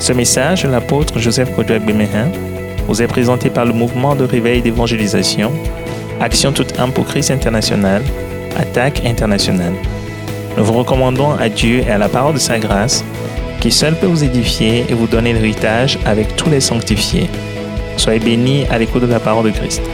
Ce message de l'apôtre Joseph Kodouak Bemehin vous est présenté par le mouvement de réveil d'évangélisation, Action toute âme pour Christ international, Attaque internationale. Nous vous recommandons à Dieu et à la parole de sa grâce, qui seul peut vous édifier et vous donner l'héritage avec tous les sanctifiés. Soyez bénis à l'écoute de la parole de Christ.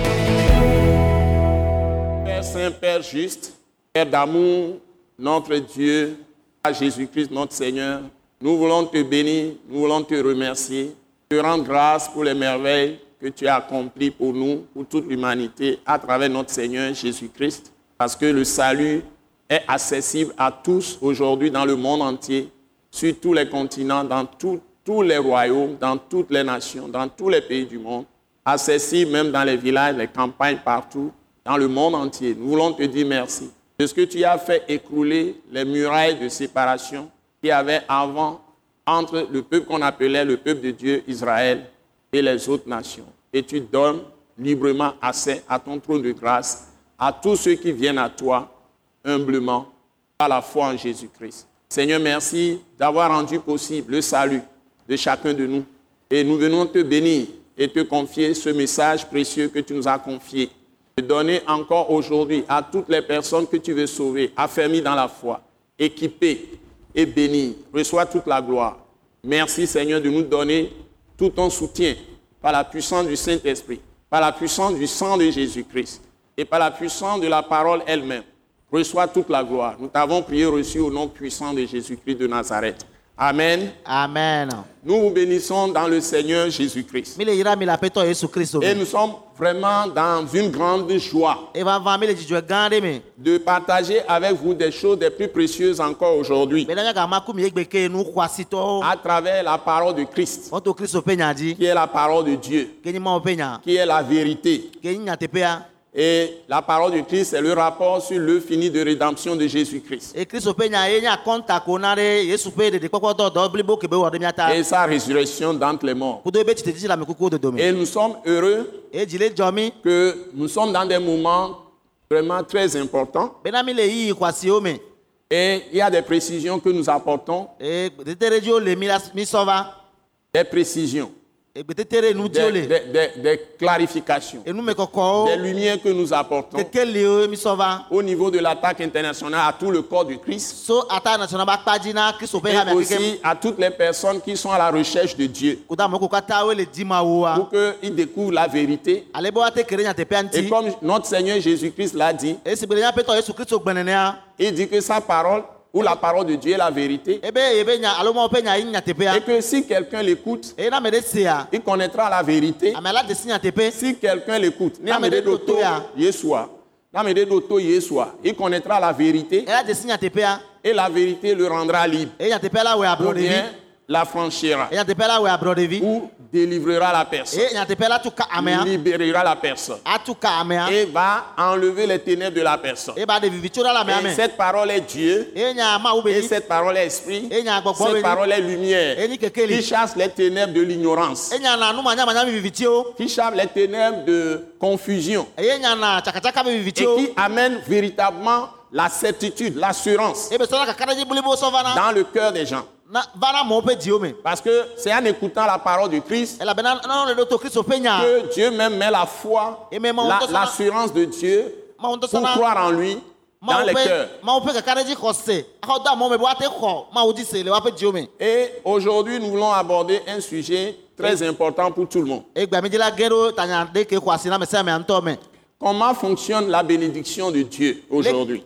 Père Saint, Père juste, Père d'amour, notre Dieu, Jésus-Christ, notre Seigneur, nous voulons te bénir, nous voulons te remercier, te rendre grâce pour les merveilles que tu as accomplies pour nous, pour toute l'humanité, à travers notre Seigneur Jésus-Christ, parce que le salut est accessible à tous aujourd'hui dans le monde entier, sur tous les continents, dans tous les royaumes, dans toutes les nations, dans tous les pays du monde, accessible même dans les villages, les campagnes, partout, dans le monde entier. Nous voulons te dire merci de ce que tu as fait écrouler les murailles de séparation qu'il y avait avant entre le peuple qu'on appelait le peuple de Dieu, Israël, et les autres nations. Et tu donnes librement accès à ton trône de grâce à tous ceux qui viennent à toi humblement par la foi en Jésus-Christ. Seigneur, merci d'avoir rendu possible le salut de chacun de nous. Et nous venons te bénir et te confier ce message précieux que tu nous as confié. De donner encore aujourd'hui à toutes les personnes que tu veux sauver, affermies dans la foi, équipées et bénies. Reçois toute la gloire. Merci Seigneur de nous donner tout ton soutien par la puissance du Saint-Esprit, par la puissance du sang de Jésus-Christ et par la puissance de la parole elle-même. Reçois toute la gloire. Nous t'avons prié, reçu au nom puissant de Jésus-Christ de Nazareth. Amen. Amen. Nous vous bénissons dans le Seigneur Jésus-Christ. Et nous sommes vraiment dans une grande joie de partager avec vous des choses les plus précieuses encore aujourd'hui à travers la parole de Christ, qui est la parole de Dieu, qui est la vérité. Et la parole de Christ, c'est le rapport sur l'œuvre finie de rédemption de Jésus-Christ. Et sa résurrection d'entre les morts. Et nous sommes heureux que nous sommes dans des moments vraiment très importants. Et il y a des précisions que nous apportons. Des précisions. Des clarifications, des lumières que nous apportons au niveau de l'attaque internationale à tout le corps de Christ et aussi à toutes les personnes qui sont à la recherche de Dieu pour qu'ils découvrent la vérité. Et comme notre Seigneur Jésus-Christ l'a dit, il dit que sa parole ou la parole de Dieu est la vérité. Et que si quelqu'un l'écoute, il connaîtra la vérité. Si quelqu'un l'écoute, il connaîtra la vérité. Et la vérité le rendra libre. Ou bien la franchira. Ou délivrera la personne. Libérera la personne. Et va enlever les ténèbres de la personne. Et cette parole est Dieu. Et cette parole est esprit. Cette parole est lumière. Qui chasse les ténèbres de l'ignorance. Qui chasse les ténèbres de confusion. Et qui amène véritablement la certitude, l'assurance dans le cœur des gens. Parce que c'est en écoutant la parole de Christ que Dieu même met la foi, l'assurance de Dieu pour croire en lui dans les cœurs. Et aujourd'hui, nous voulons aborder un sujet très important pour tout le monde. Comment fonctionne la bénédiction de Dieu aujourd'hui?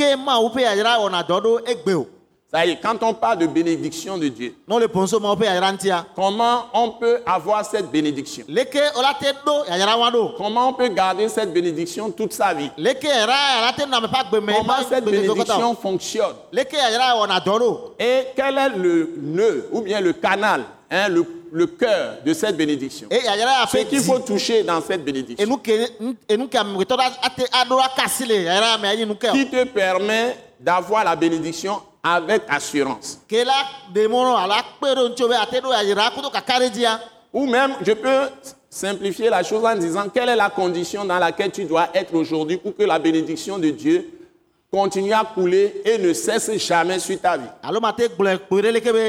Ça y est, quand on parle de bénédiction de Dieu, comment on peut avoir cette bénédiction? Comment on peut garder cette bénédiction toute sa vie? Comment cette bénédiction fonctionne? Et quel est le nœud ou bien le canal, le cœur de cette bénédiction? Ce qu'il faut toucher dans cette bénédiction qui te permet d'avoir la bénédiction avec assurance. Ou même, je peux simplifier la chose en disant quelle est la condition dans laquelle tu dois être aujourd'hui pour que la bénédiction de Dieu continue à couler et ne cesse jamais sur ta vie.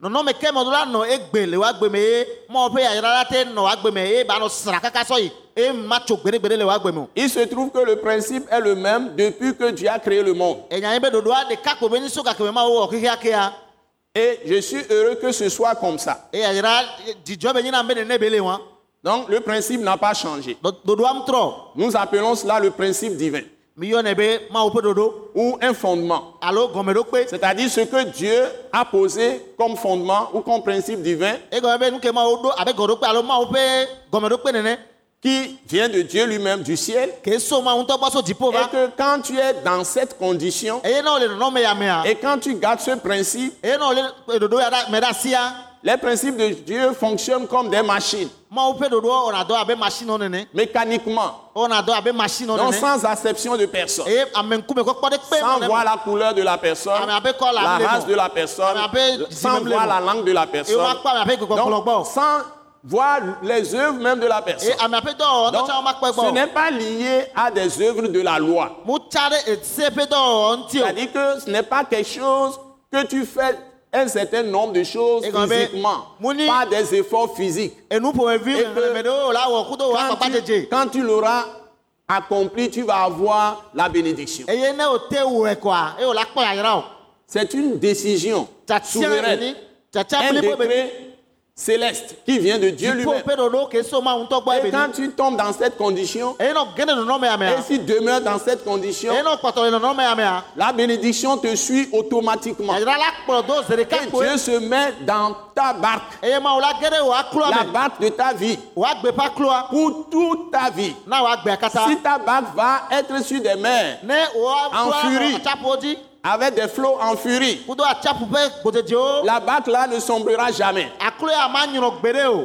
nono me ke modula no egbe le wa gbe me mo pe ya rara te no wa gbe me e ba no sra kaka so yi e ma cho gbere le wa gbe me. Il se trouve que le principe est le même depuis que Dieu a créé le monde. E nya be dodo a de ka ko be ni so ka ke ma wo okiki akea. Et je suis heureux que ce soit comme ça. E ya rara di jo be ni na be ne be le wa. Donc le principe n'a pas changé. Dodo am tro. Nous appelons cela le principe divin. Mi yo ne be ma wo pe dodo. Ou un fondement. Allo gomedo pe. C'est-à-dire ce que Dieu a posé comme fondement ou comme principe divin. E go be nu ke ma wo do abe godo pe allo ma wo pe gomedo pe nene. Qui vient de Dieu lui-même, du ciel. Que so ma unto baso dipo Et ba. que quand tu es dans cette condition, E na o le no me ya me a. et quand tu gardes ce principe, E na o le dodo ya da me da sia. les principes de Dieu fonctionnent comme des machines, Ma wo pe dodo ona do abe machine no nene. mécaniquement, Ona do abe machine no donc nene. sans acception de personne, E amenku me ko kpode pe sans mo voir la couleur de la personne, Ame abe ko la la mle race mo. de la personne, Ame abe sans jimemle voir mo. la langue de la E personne, wa pa me abe ko donc gbo. sans voir les œuvres même de la E personne. ame abe do on Donc, to cha ma pe ce gbo. n'est pas lié à des œuvres de la loi. Mu chare e sepe do on ti o. C'est-à-dire que ce n'est pas quelque chose que tu fais un certain nombre de choses Et quand physiquement, Mouni- pas des efforts physiques. E nu po me vi Et que me do la wo ku do wa pa jeje. Quand tu l'auras accompli, tu vas avoir la bénédiction. E ye ne o te wo e kwa. E o la pa ya ra o. C'est une décision Cha tia souveraine, ni. Cha cha un ple po be. décret céleste qui vient de Dieu Dipo lui-même. pe dodo ke so ma unto gbo e Et be quand ni. tu tombes dans cette condition, E no gene no me ya me et a. si tu demeures dans cette condition, E no kpato no me ya me a. la bénédiction te suit automatiquement. Ya la kpo do zere ka Et ko. Dieu se met dans ta barque, E ma o la gere wa klo la me. barque de ta vie, Wa gbe pa klo a. pour toute ta vie. Na wa gbe akata. Si ta barque va être sur des mers, Ne wa En furie. chapo di. avec des flots en furie, Kudo a chapo pe gojeje o. la barque là ne sombrera jamais. Aklo ya ma nyiro gbere o.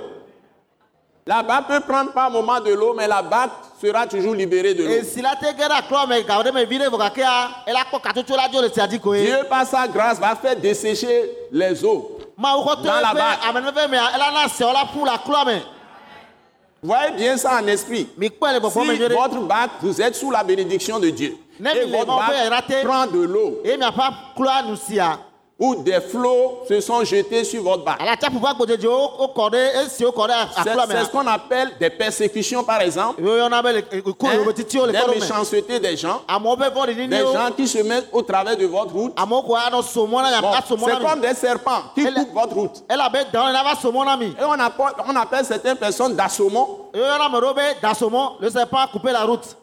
La barque peut prendre par moment de l'eau, mais la barque sera toujours libérée de l'eau. E si la te gere aklo me ga de me vire vo ka ke a. E la ko katutu la jo le ti adi ko e. Dieu, par sa grâce, va faire dessécher les eaux. Ma o ko to Dans la pe barque. amene ve me e la na se o la pour la klo me. Voyez bien ça en esprit. Mi pe le bobo me Si jere. votre barque, vous êtes sous la bénédiction de Dieu, Ne et mi le votre mo pe barque rate. prend de l'eau, E mi apa klo anu si a. ou des flots se sont jetés sur votre barque. Ala chapo pa gojeje o ko de e si o ko de C'est aklo me. c'est ce qu'on appelle des persécutions, par exemple, Yo yo na be le ko hein, yo titi o le des ko me. méchancetés des gens, Amo be vo ni des o. gens qui se mettent au travers de votre route. Amo ko ano somo na ya Bon, somo na c'est mi. comme des serpents qui Elle- coupent votre route. Elle a bête dans la va somo na mi. Et on appelle certaines personnes d'assommons. Yo yo na me robe dans somo, le serpent a coupé la route.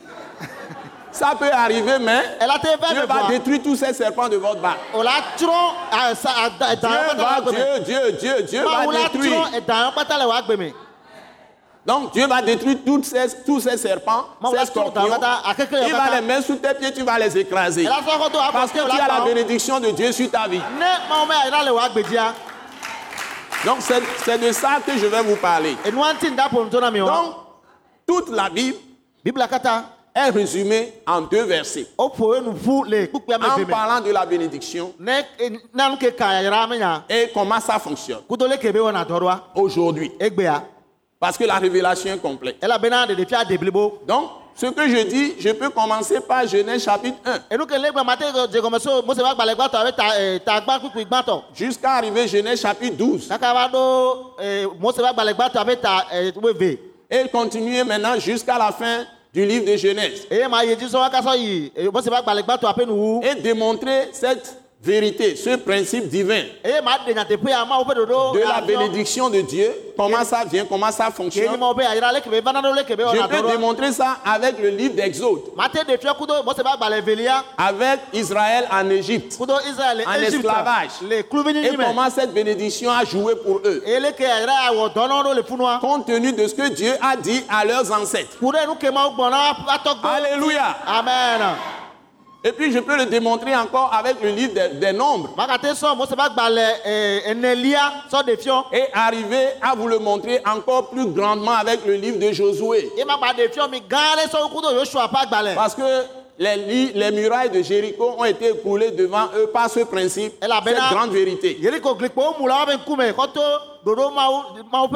Ça peut arriver, mais Elle a été Dieu vers va moi. détruire tous ces serpents de votre barque. On la tron Dieu va détruire. Donc Dieu va détruire tous ces serpents, ces scorpions. Il va les mettre sous tes pieds, tu vas les écraser. Parce que tu as la bénédiction de Dieu sur ta vie. Donc c'est de ça que je vais vous parler. Donc toute la Bible est résumée en 2 versets. En parlant de la bénédiction et comment ça fonctionne aujourd'hui. Parce que la révélation est complète. Donc, ce que je dis, je peux commencer par Genèse chapitre 1. Jusqu'à arriver Genèse chapitre 12. Et continuer maintenant jusqu'à la fin du livre de Genèse. Et démontrer cette vérité, ce principe divin de la bénédiction de Dieu, comment ça vient, comment ça fonctionne. Je peux démontrer ça avec le livre d'Exode, avec Israël en Égypte, en esclavage, et comment cette bénédiction a joué pour eux, compte tenu de ce que Dieu a dit à leurs ancêtres. Alléluia. Amen. Et puis je peux le démontrer encore avec le livre des Nombres. Et arriver à vous le montrer encore plus grandement avec le livre de Josué. Parce que les murailles de Jéricho ont été écroulées devant eux par ce principe, cette grande vérité. Que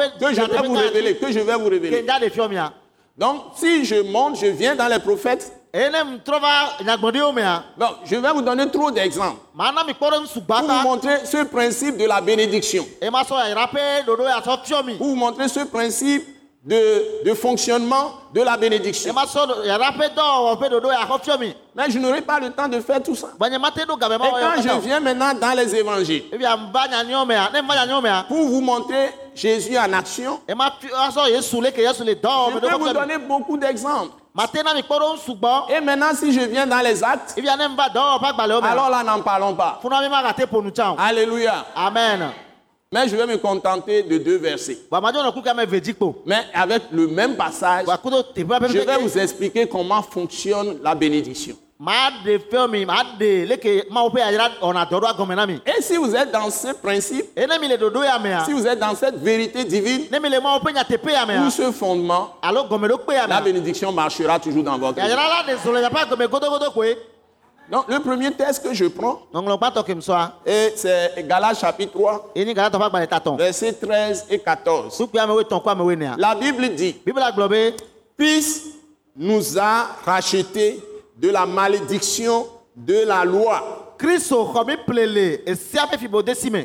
je vais vous révéler, Donc, si je monte, je viens dans les prophètes Enem trova nyagbondio mea. Donc, je vais vous donner trop d'exemples Mana mi kpɔɖe pour vous nusugbaka. montrer ce principe de la bénédiction. Ema sɔ yayra ƒe ɖoɖo ya sɔ fiɔ mi. Pour vous montrer ce principe de fonctionnement de la bénédiction. Ema sɔ yayra ƒe dɔwɔwɔ ƒe ɖoɖo ya xɔ fiɔ mi. Mais je n'aurai pas le temps de faire tout ça. Banye mate ɖo game Et ma quand wɔyɔ je viens maintenant dans les évangiles, Evia mba nyanyo mea. Ne mba nyanyo mea. pour vous montrer Jésus en action, Ema sɔ Yesu le ke Yesu le je dɔwɔ peux ɖo vous kɔ donner beaucoup d'exemples. Mate na mi kpɔɖe nusugbɔ. Et maintenant, si je viens dans les actes, Evia ne mba dɔwɔ ƒe agbalẽwo alors mea. là, n'en parlons pas. Funa mi ma gate ƒo nu tsã o. Alléluia. Amen. Mais je vais me contenter de 2 versets. Wa ma dzo nɔ kuka me vedzi kpo. Mais avec le même passage, Wa kudo teƒea je vais ƒe vous expliquer comment fonctionne la bénédiction. ma de fɛn mi ma de leke maawo ƒe yayra ɔna dɔ ɖo agɔme na mi. Et si vous êtes dans ce principe, Ne mi le ɖoɖo ya mea. si vous êtes dans cette vérité divine, Ne mi le maawo ƒe nyateƒe ya ou mea. ce fondement, Alo gɔmeɖokpe ya la mea. bénédiction marchera toujours dans votre vie. Yayra la de zɔlɔ yaƒe agɔme godogodo koe. Donc, le premier texte que je prends, Ŋɔŋlɔ gbãtɔ ke m sɔa. et c'est Galates chapitre 3, Ye ni Galatɔ ƒe agbalẽ tatɔ. versets 13 et 14. Sukui ame wo etɔ̃ ko ame wo enea. La Bible dit, Bibla gblɔ be Christ nous a rachetés de la malédiction de la loi. Kristo xɔ mi ple le esia ƒe fibodesi me.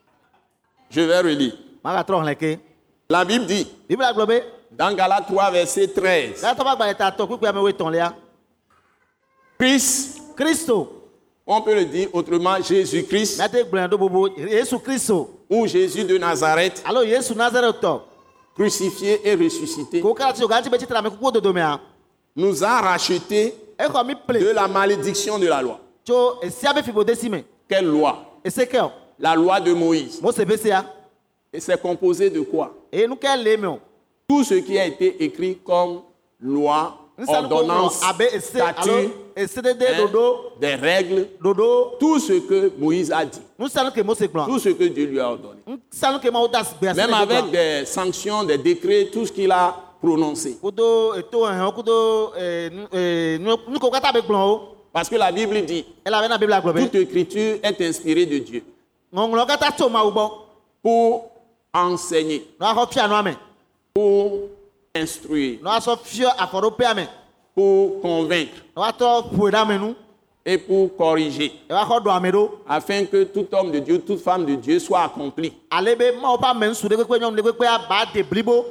Je vais relire. Magatrɔ xlẽ ke. La Bible dit, Bibla gblɔ be dans Galates 3, verset 13, Galatɔ ƒe agbalẽ tatɔ kpukpui ame wo etɔ̃lia. Christ, Kristo. on peut le dire autrement, Jésus-Christ, Míate gblɔe ɖo bobo Yesu Kristo. ou Jésus de Nazareth, Alo Yesu Nazaretɔ. crucifié et ressuscité, Ko kala tsi o gati be tsitre ame kuku dodo mea. nous a rachetés Exɔ mi de ple la malédiction de la loi. tso esia ƒe fibodesi me. Quelle loi? Eseke La loi de Moïse. Mose be sea. Et c'est composé de quoi? Eye nu ke le me o. Tout ce qui a été écrit comme loi, Nsanu ko ŋlɔ ordonnance, abe ese alo statut, esedede hein, dodo des règles, dodo. tout ce que Moïse a dit, Nusanu ke Mose gblɔ. tout ce que Dieu lui a ordonné. Nsanu ke Mawu da gbe asi Même le avec gblɔ. des sanctions, des décrets, tout ce qu'il a prononcé. Kudo eto hɛn kudo nuko kata be gblɔ o. Parce que la Bible dit, Elabena Bibla gblɔ toute be écriture est inspirée de Dieu ŋɔŋlɔ kata tso Mawu gbɔ. pour enseigner, N'oa xɔ fia nua me. pour instruire, N'oa sɔ fiɔ afɔɖoƒea me. pour convaincre N'oa tɔ ƒoe ɖe ame nu. et pour corriger, Eva xɔ ɖo ame ɖo. afin que tout homme de Dieu, toute femme de Dieu soit accompli Ale be Mawu ƒe ame ŋsu ɖe kpekpe nyɔnu ɖe kpekpe aba de blibo.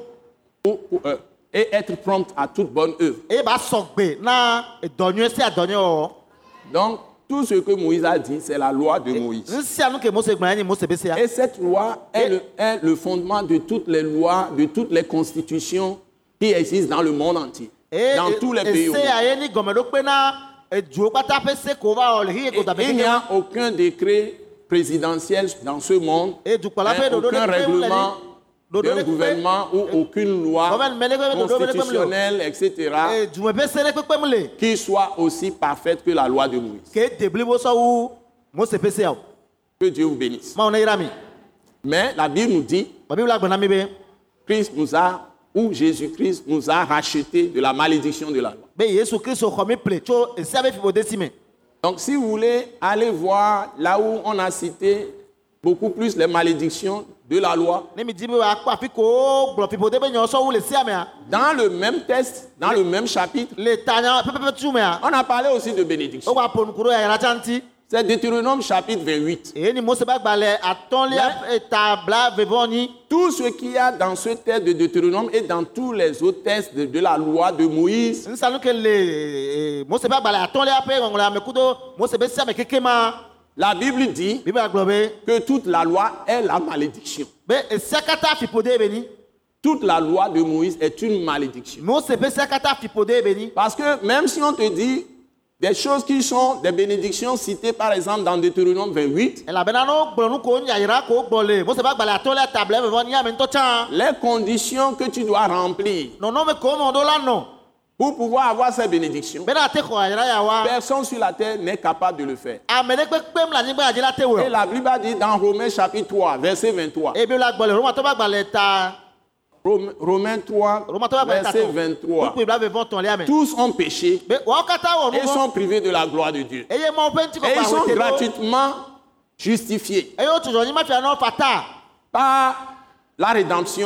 et être prompte à toute bonne œuvre. Eye ba sɔ gbe na dɔ nyuie sia dɔ nyuie wɔwɔ. Donc, tout ce que Moïse a dit, c'est la loi de Moïse. Nu sia nu ke Mose gblɔ nye Mose be sea. Et cette loi est le fondement de toutes les lois, de toutes les constitutions qui existent dans le monde entier, dans tous les pays au Ese monde. ya ye ni gɔmeɖokpe na eduwo kpata ƒe se ko va wɔ le hiye ko da be Il n'y keke a ma. aucun décret présidentiel dans ce monde, Eye dukplɔla ƒe ɖoɖo aucun ɖe kpe mu le règlement ni. Ɖoɖo d'un ɖe kpe. gouvernement ou aucune loi Gouvernement ɖe kpe ɖoɖo ɖe kpe mu le o. constitutionnelle, etc., Dume ƒe se ɖe kpekpe mu le. qui soit aussi parfaite que la loi de Moïse. Ke de blibo sɔ wu Mose ƒe sea o. Que Dieu vous bénisse. Mawu ne yra mi. Mais la Bible nous dit, Ba Bibla gblɔ na mi be Christ nous a, ou Jésus-Christ nous a rachetés de la malédiction de la loi. be Yesu Kristo xɔ mi ple tso esia ƒe fibodesi me. Donc, si vous voulez aller voir là où on a cité beaucoup plus les malédictions de la loi, Ne mi di be wòakpɔ afi ko gblɔ fibode be nyɔ sɔ wu le sea mea. dans le même texte, dans le même chapitre, Le tanya pɛpɛpɛ tu mea. on a parlé aussi de bénédiction. O wa ƒo nuku ɖo yayra tsa ŋuti. C'est Deutéronome chapitre 28. Eye ni Mose ƒe agbalẽ atɔ̃lia ta bla vevɔnyi. Tout ce qu'il y a dans ce texte de Deutéronome et dans tous les autres textes de la loi de Moïse, Nsanu ke le Mose ƒe agbalẽ atɔ̃lia ƒe ŋɔŋlɔ ame kudo Mose be sea me keke ma. la Bible dit Bibla gblɔ be que toute la loi est la malédiction. be esia katã fipode be ni. Toute la loi de Moïse est une malédiction. Mose ƒe sea katã fipode be ni. Parce que même si on te dit des choses qui sont des bénédictions citées par exemple dans Deutéronome 28, Elabena ne wogblɔ nu ko nyayra ko wogblɔ le Mose ƒe agbalẽ atɔ̃lia ta bla vevɔnyi ame ŋutɔ tsã. les conditions que tu dois remplir Nɔnɔme ko mɔ ɖo la nɔ. pour pouvoir avoir ces bénédictions, Bena ate xɔ ayra ya wa. personne sur la terre n'est capable de le faire. Ame ɖe kpekpem le anyigba dzi la te Et wɔ. la Bible dit dans Romains chapitre 3, verset 23. Eye Bibla gblɔ le Romatɔ ƒe agbalẽ ta. Romains 3, Romatɔ ƒe agbalẽ ta verset tɔ. 23. Kpukpui bla vevɔtɔ̃lia me. Tous ont péché Be wɔwo katã wɔ nu et vɔ. sont privés de la gloire de Dieu. Eye Mawu ƒe Et ils sont ŋutikɔkɔ awete ɖo. gratuitement justifiés Eye wotso dzɔnyi ma fia nɔ fata. par la rédemption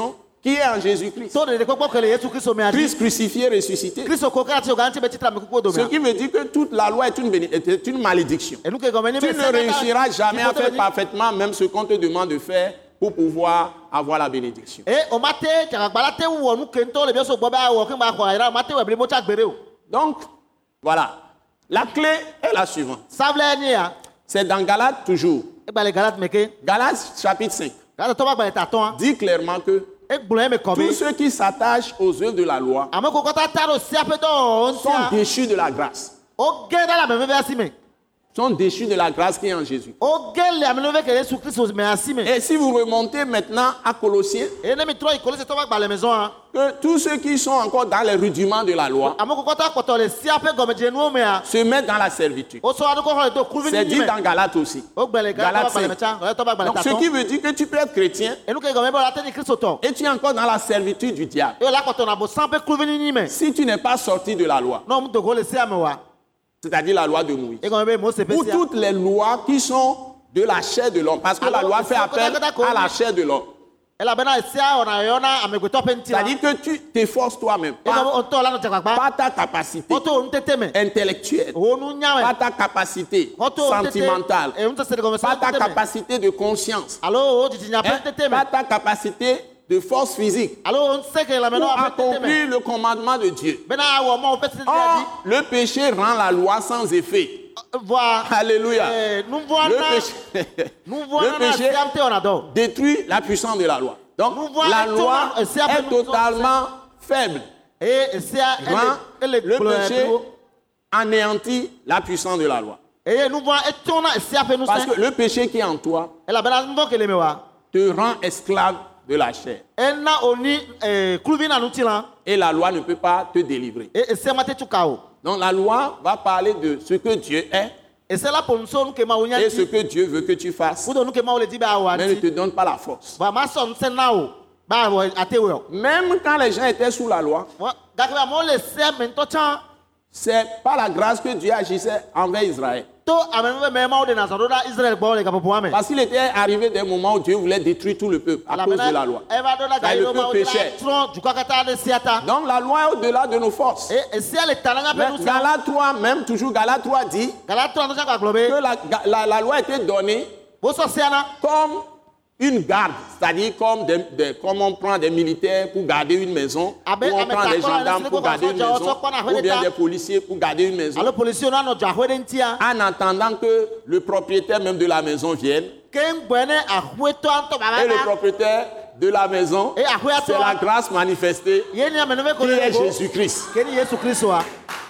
qui est en Jésus-Christ. to de ko ko le Yesu Kristo me adi Christ crucifié, ressuscité. Kristo ko kala ti o ganti be titra me kuko do Ce me qui veut dire que toute la loi est une malédiction. enu ke gomeni Tu ne réussiras jamais à faire parfaitement même ce qu'on te demande de faire pour pouvoir avoir la bénédiction. e o mate ka gbala te wo nu ke nto le bi so gbo ba wo ke ma ko ira mate we bi mo cha gbere o Donc, voilà. La clé est la suivante. savle ni ya C'est dans Galates toujours. e gba le Galate me ke Galates chapitre 5 Galate to ba gba ta ton dit clairement que e gbolo me ko bi tous ceux qui s'attachent aux œuvres de la loi amoko ko ta taro si ape do on sont déchus de la grâce. o ge da la me be asime Sont déchus de la grâce qui est en Jésus. o ge le amenove ke Yesu Kristo me asime Et si vous remontez maintenant à Colossiens, e ne mi tro ikole se to ba gba le maison hein que tous ceux qui sont encore dans les rudiments de la loi amoko ko ta ko to le si ape gome je nu me a se mettent dans la servitude. o so adu ko ho do kurvi C'est ni dit me dans Galates aussi. o gba le Galates Galate ba le me cha o to ba gba le Donc, ta ce ton qui veut dire que tu peux être chrétien enu ke gome bo la te ni Kristo to et tu es encore dans la servitude du diable. e la ko to na bo sampe kurvi ni me Si tu n'es pas sorti de la loi, no mu to ko le si ame wa c'est-à-dire la loi de Moïse, e gome be mo se pe ou si toutes les lois qui sont de la chair de l'homme, parce que la Alors, loi fait c'est appel quoi, à la chair de l'homme. e la bena si a ona yona ame gbeto pe nti C'est-à-dire que tu t'efforces toi-même, e gome pas, on to la no te gbagba pas ta capacité o to on tete me intellectuelle, o nu nya pas me ta capacité o to on tete sentimentale, e on te se gome pas sa ta tete me capacité de conscience, allo o titi nya pe hein, tete me pas ta capacité de force physique allo on se ke la me pour no pe tete me accomplir le commandement de Dieu. bena wo mo pe tete adi Or, le péché rend la loi sans effet. voir Alléluia. nous voit Le na péché, nous voit le na péché si amte on adore détruit la puissance de la loi. Donc, Nous voyons la tout loi le monde, c'est après est nous totalement faible. et si a Rend elle le péché anéantit la puissance de la loi. et nous voit et ton si après nous Parce que le péché qui est en toi elle a bena nous que le mewa te rend esclave de la chair. elle na oni kluvi na nutila Et la loi ne peut pas te délivrer. et si amate tu kao Donc, la loi va parler de ce que Dieu est et c'est là pour nous son que ma onya et ce que Dieu veut que tu fasses, pour nous que ma ole di ba wa mais ne te donne pas la force. va ma son sen na o ba wo atewe Même quand les gens étaient sous la loi, gakwe mo le se mento chan c'est par la grâce que Dieu agissait envers Israël. to amenwe me ma o de na so da Israel gbo le kapopo ame Parce qu'il était arrivé des moments où Dieu voulait détruire tout le peuple à cause de la loi. eva do na Ça, le gairo ma o peuple de péchait. tron du kakata de siata Donc la loi est au-delà de nos forces. et si elle est talanga Mais pe nous Galates 3, même toujours Galates 3 dit Galate on ka globe que la loi était donnée bo so siana comme une garde, c'est-à-dire comme on prend des militaires pour garder une maison, Ah ben, ou on ah ben, prend des d'accord, gendarmes là, pour c'est garder une quoi, maison, ça, ça, ou bien ça. des policiers pour garder une maison, alors police on no jahwe de ntia en attendant que le propriétaire même de la maison vienne. ken gbene ahweto anto Et le baba propriétaire de la maison, Et ahwe c'est la grâce manifestée yeni amenove ko qui est le Jésus-Christ. keni Yesu Kristo a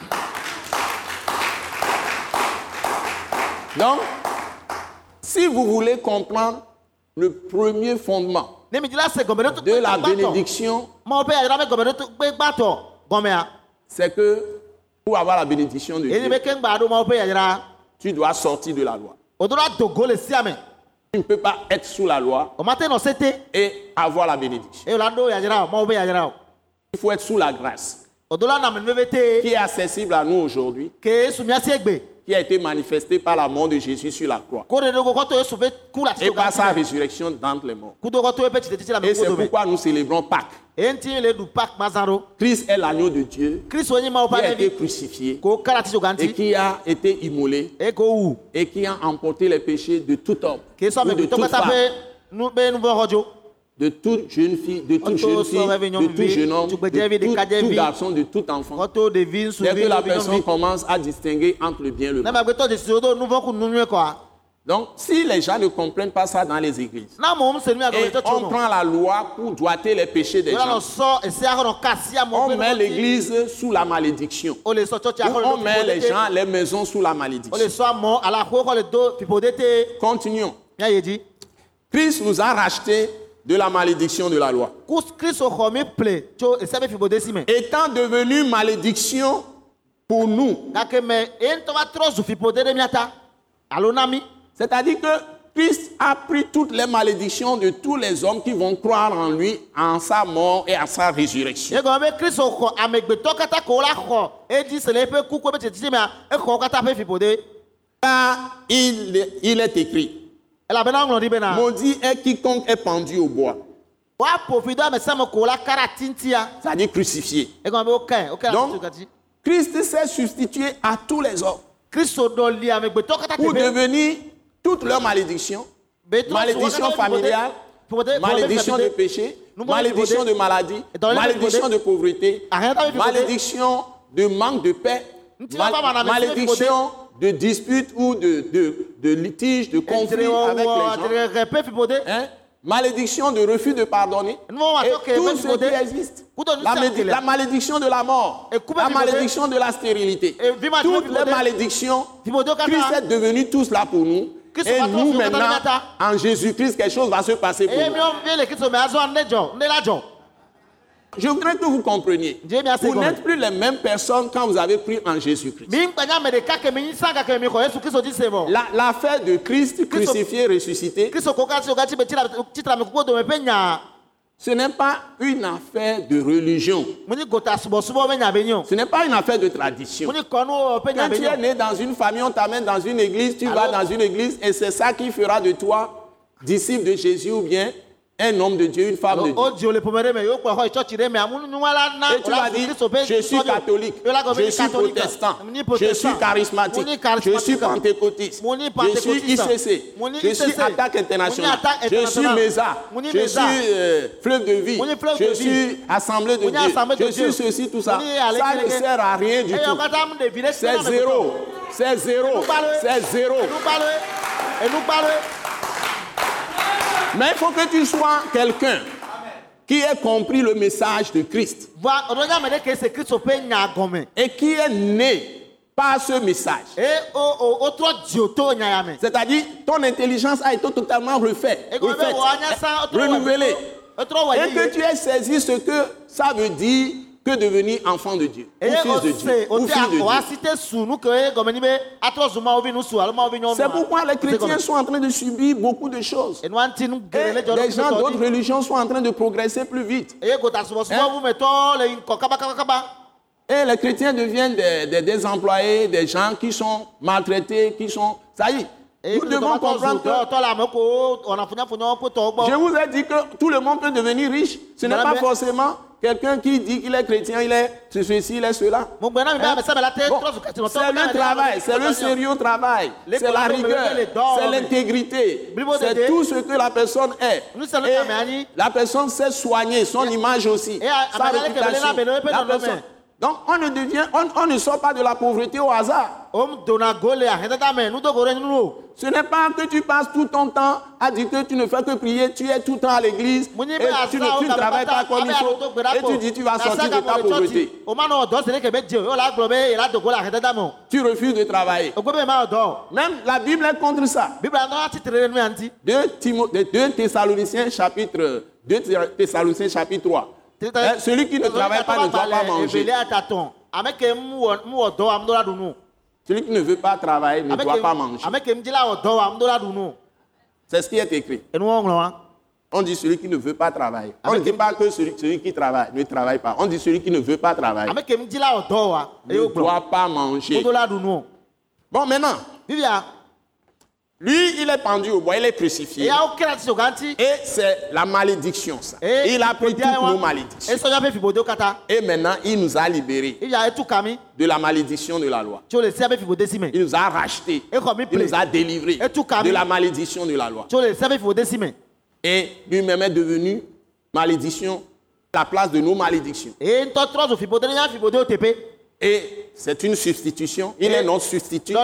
Donc, si vous voulez comprendre le premier fondement ne mi dila se gombe de la bénédiction, mo pe ya me gombe to pe gbato gombe a c'est que pour avoir la bénédiction de eni Dieu, be ken gbado mo pe ya tu dois sortir de la loi. odora dogo le siame Tu ne peux pas être sous la loi o mate no sete et avoir la bénédiction. e lando ya jira mo pe ya jira Il faut être sous la grâce odola na me vete qui est accessible à nous aujourd'hui, ke Yesu mi asiegbe qui a été manifestée par la mort de Jésus sur la croix ko de dogo ko to Yesu be kula et par sa résurrection d'entre les morts. ku dogo to pe chite la me Et c'est ko do pourquoi nous célébrons Pâques. enti le du pak mazaro Christ est l'agneau de Dieu Kristo onye ma o qui a pa été ne crucifié ko kala ti et ganti qui a été immolé e ko wu et qui a emporté les péchés de tout homme, ke so ou me de to toute kata femme, pe nu be nu bo hojo de toute jeune fille, de toute jeune fille, de tout jeune homme, de tout garçon, de tout enfant. koto de vin su Dès vin que la vi no personne vi commence à distinguer entre le bien et le na mal. ma gbe to de si do nu vo ku nu nwe ko a Donc, si les gens ne comprennent pas ça dans les églises, na mo se mi et ago to on chono prend la loi pour doiter les péchés des yo no gens, so e se ago no kasi a mo on pe met l'église sous la malédiction. o le so church Ou ago on met les gens, les maisons sous la o le malédiction. so mo ala ko ko le do pipo de te Continuons. ya yeji Christ nous a rachetés de la malédiction de la loi. kus Kristo ko mi ple cho e se be pipo de si me Étant devenu malédiction pour nous. gake me en to va trozu pipo de miata alo nami C'est-à-dire que Christ a pris toutes les malédictions de tous les hommes qui vont croire en lui, en sa mort et à sa résurrection. e go me Kristo ko amegbe to kata ko la ko e di se le pe ku ko be ti me e ko kata pe pipo de Car il est écrit, e la be na nglo di be na maudit est quiconque est pendu au bois. Wa pofido me sama ko la karatintia. c'est-à-dire crucifié. E ko be okan, Donc, Christ s'est substitué à tous les hommes Kristo do li ame gbeto kata pour tebe. devenir toute leur malédiction, malédiction familiale, malédiction de péché, malédiction de maladie, malédiction de pauvreté, malédiction de manque de paix, malédiction de dispute ou de litige, de conflit avec les gens, hein? Malédiction de refus de pardonner, et tout ce qui existe. La malédiction de la mort, la malédiction de la stérilité, toutes les malédictions, Christ est devenu tout cela pour nous. Et nous maintenant, en Jésus-Christ, quelque chose va se passer pour nous. Je voudrais que vous compreniez. Vous n'êtes plus les mêmes personnes quand vous avez pris en Jésus-Christ. L'affaire de Christ crucifié, ressuscité, ce n'est pas une affaire de religion. Ce n'est pas une affaire de tradition. Quand tu es né dans une famille, on t'amène dans une église, tu vas dans une église et c'est ça qui fera de toi disciple de Jésus ou bien un homme de Dieu, une femme de Dieu. Et tu vas dire, je suis catholique, je suis protestant, je suis charismatique, je suis pentecôtiste, je suis ICC, je suis Attaque Internationale, je suis MESA, je suis Fleuve de Vie, je suis Assemblée de Dieu, je suis ceci, tout ça. Ça ne sert à rien du tout. C'est zéro. C'est zéro. C'est zéro. Mais il faut que tu sois quelqu'un qui ait compris le message de Christ et qui est né par ce message. C'est-à-dire ton intelligence a été totalement refaite, renouvelée. Et que tu aies saisi ce que ça veut dire que devenir enfant de Dieu, ou fils de Dieu, ou fille de Dieu. C'est pourquoi les chrétiens sont en train de subir beaucoup de choses. Et les gens d'autres religions sont en train de progresser plus vite. Et les chrétiens deviennent des employés, des gens qui sont maltraités, qui sont... Ça y est. Nous devons comprendre que je vous ai dit que tout le monde peut devenir riche. Ce n'est pas forcément quelqu'un qui dit qu'il est chrétien, il est ceci, il est cela. Bon, c'est le travail, c'est le sérieux au travail, c'est la rigueur, c'est l'intégrité, c'est tout ce que la personne est. Et la personne sait soigner son image aussi, sa réputation. La personne. Donc on ne sort pas de la pauvreté au hasard. Ce n'est pas que tu passes tout ton temps à dire que tu ne fais que prier, tu es tout le temps à l'église et tu ne travailles pas comme il faut et tu dis tu vas sortir de ta pauvreté. Tu refuses de travailler. Même la Bible est contre ça. 2 Thessaloniciens chapitre 3. Celui qui ne travaille pas ne doit pas manger. Celui qui ne veut pas travailler ne doit pas manger. C'est ce qui est écrit. On dit celui qui ne veut pas travailler. On ne dit pas que celui qui travaille ne travaille pas. On dit celui qui ne veut pas travailler ne doit pas manger. Bon, maintenant, lui, il est pendu au bois, il est crucifié. Et c'est la malédiction, ça. Il a pris toutes nos malédictions. Et maintenant, il nous a libérés de la malédiction de la loi. Il nous a rachetés. Il nous a délivrés de la malédiction de la loi. Et lui-même est devenu malédiction à la place de nos malédictions. Et c'est une substitution. Il est notre substitut.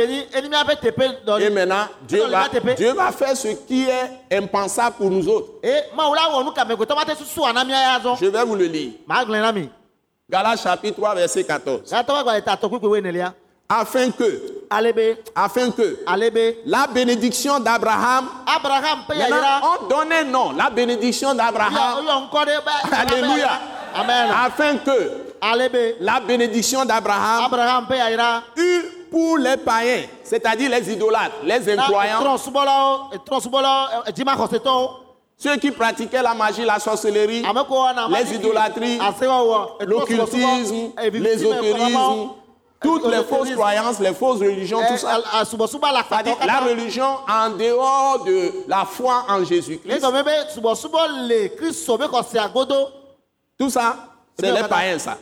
Et maintenant, Dieu va faire ce qui est impensable pour nous autres. Je vais vous le lire. Galates chapitre 3, verset 14. Afin que la bénédiction d'Abraham, on donnait non, la bénédiction d'Abraham, alléluia, amen. Afin que la bénédiction d'Abraham eut pour les païens, c'est-à-dire les idolâtres, les incroyants, ceux qui pratiquaient la magie, la sorcellerie, les idolâtries, l'occultisme, l'ésotérisme, toutes les fausses croyances, les fausses religions, tout ça. C'est-à-dire la religion en dehors de la foi en Jésus-Christ. Tout ça, c'est les païens, ça.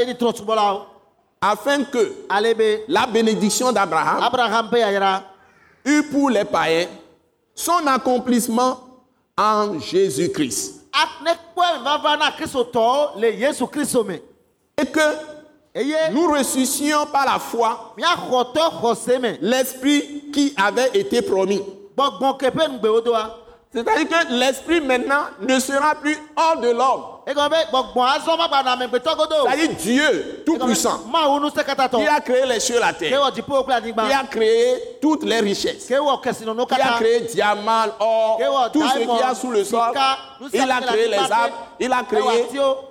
Afin que la bénédiction d'Abraham eût pour les païens son accomplissement en Jésus-Christ. Et que nous ressuscitions par la foi l'esprit qui avait été promis. C'est-à-dire que l'esprit maintenant ne sera plus hors de l'homme. C'est-à-dire Dieu tout-puissant, qui a créé les cieux et la terre, qui a créé toutes les richesses, qui a créé diamants, or, tout ce qu'il y a sous le sol. Il a créé les arbres, il a créé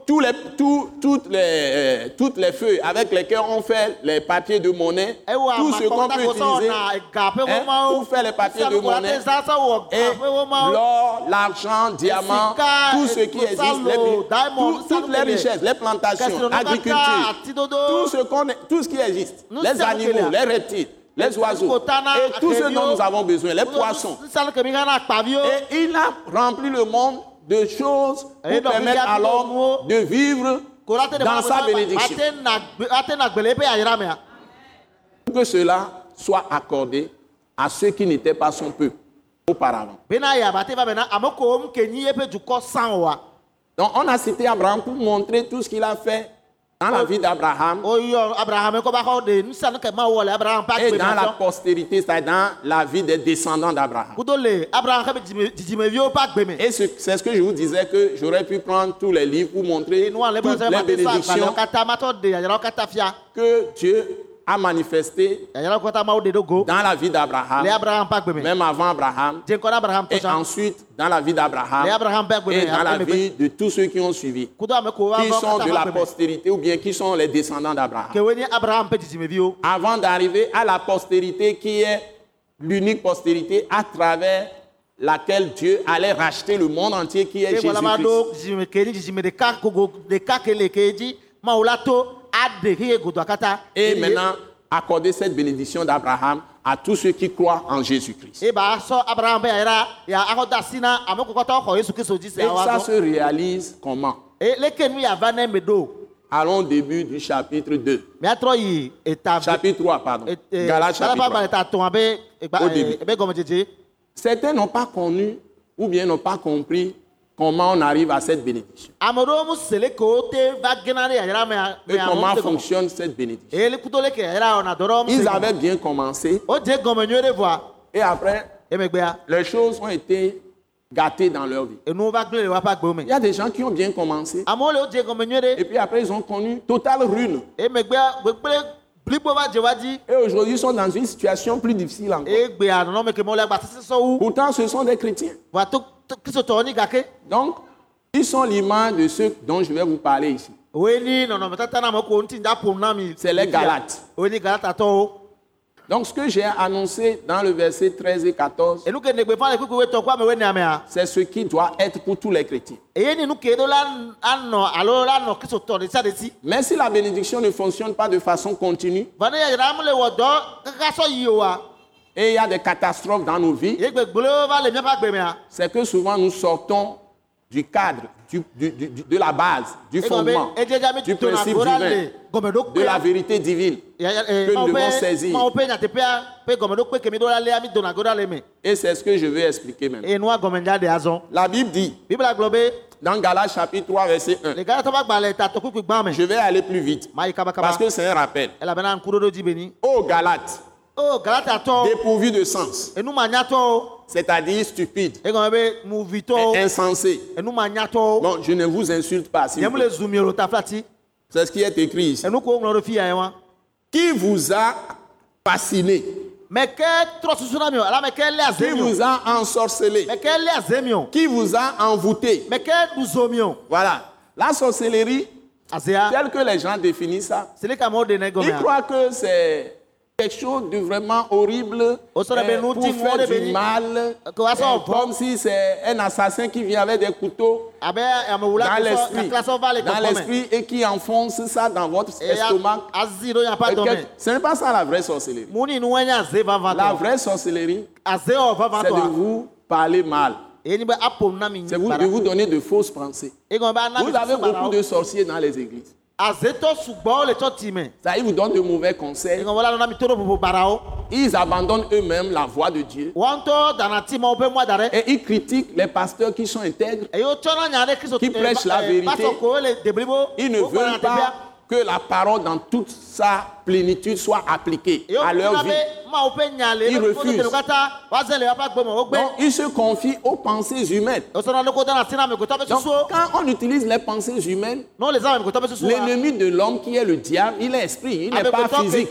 toutes les feuilles avec lesquelles on fait les papiers de monnaie, tout ce qu'on peut utiliser pour faire les papiers de monnaie, et l'or, l'argent, diamant, tout ce qui existe, toutes les richesses, les plantations, l'agriculture, tout ce qui existe, les animaux, les reptiles, les oiseaux, et tout ce dont nous avons besoin, les poissons. Et il a rempli le monde de choses pour permettre à l'homme de vivre dans sa bénédiction. Que cela soit accordé à ceux qui n'étaient pas son peuple auparavant. Donc on a cité Abraham pour montrer tout ce qu'il a fait dans la vie d'Abraham et dans la postérité, c'est-à-dire dans la vie des descendants d'Abraham. Et c'est ce que je vous disais, que j'aurais pu prendre tous les livres pour montrer toutes les bénédictions que Dieu a manifesté dans la vie d'Abraham, même avant Abraham, et ensuite dans la vie d'Abraham et dans la vie de tous ceux qui ont suivi, qui sont de la postérité ou bien qui sont les descendants d'Abraham. Avant d'arriver à la postérité qui est l'unique postérité à travers laquelle Dieu allait racheter le monde entier, qui est Jésus-Christ. Et maintenant, accorder cette bénédiction d'Abraham à tous ceux qui croient en Jésus-Christ. Et ça se réalise comment? Allons au début du chapitre 2. Chapitre 3, pardon. Galates chapitre 3. Au début. Certains n'ont pas connu ou bien n'ont pas compris comment on arrive à cette bénédiction. Et comment fonctionne cette bénédiction. Ils avaient bien commencé. Et après, les choses ont été gâtées dans leur vie. Il y a des gens qui ont bien commencé. Et puis après, ils ont connu totale ruine. Et aujourd'hui, ils sont dans une situation plus difficile encore. Pourtant, ce sont des chrétiens. Donc, ils sont l'image de ceux dont je vais vous parler ici. C'est les Galates. Donc, ce que j'ai annoncé dans le verset 13 et 14, c'est ce qui doit être pour tous les chrétiens. Mais si la bénédiction ne fonctionne pas de façon continue, et il y a des catastrophes dans nos vies, c'est que souvent nous sortons du cadre, de la base, du fondement, du principe divin, de la vérité divine que nous devons saisir. Et c'est ce que je vais expliquer maintenant. La Bible dit, dans Galates chapitre 3, verset 1, je vais aller plus vite, parce que c'est un rappel. Ô Galates, dépourvu de sens, c'est-à-dire stupide et insensé. Non, je ne vous insulte pas. C'est ce qui est écrit ici. Qui vous a fasciné, qui vous a ensorcelé, qui vous a envoûté. Voilà. La sorcellerie, telle que les gens définissent ça, ils croient que c'est quelque chose de vraiment horrible pour faire du mal, comme si c'est un assassin qui vient avec des couteaux dans l'esprit et qui enfonce ça dans votre estomac. Ce n'est pas ça la vraie sorcellerie. La vraie sorcellerie, c'est de vous parler mal. C'est de vous donner de fausses pensées. Vous avez beaucoup de sorciers dans les églises. Ça, ils vous donnent de mauvais conseils. Ils abandonnent eux-mêmes la voie de Dieu. Et ils critiquent les pasteurs qui sont intègres, qui prêchent la vérité. Ils ne veulent pas que la parole dans toute sa plénitude soit appliquée à leur vie. Ils refusent. Donc, ils se confient aux pensées humaines. Donc, quand on utilise les pensées humaines, l'ennemi de l'homme qui est le diable, il est esprit, il n'est pas physique.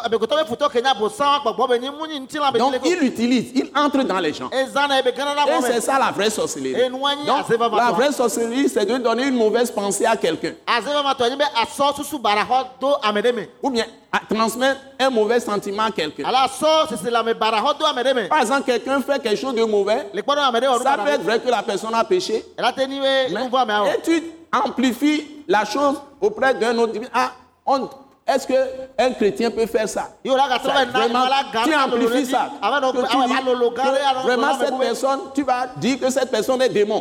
Donc, il l'utilise, il entre dans les gens. Et c'est ça la vraie sorcellerie. Donc, la vraie sorcellerie, c'est de donner une mauvaise pensée à quelqu'un. Ou bien transmettre un mauvais sentiment à quelqu'un. Par exemple, quelqu'un fait quelque chose de mauvais. Ça peut être vrai que la personne a péché. Et tu amplifies la chose auprès d'un autre. Est-ce qu'un chrétien peut faire ça? Vraiment, tu amplifies ça. Vraiment, cette personne, tu vas dire que cette personne est démon.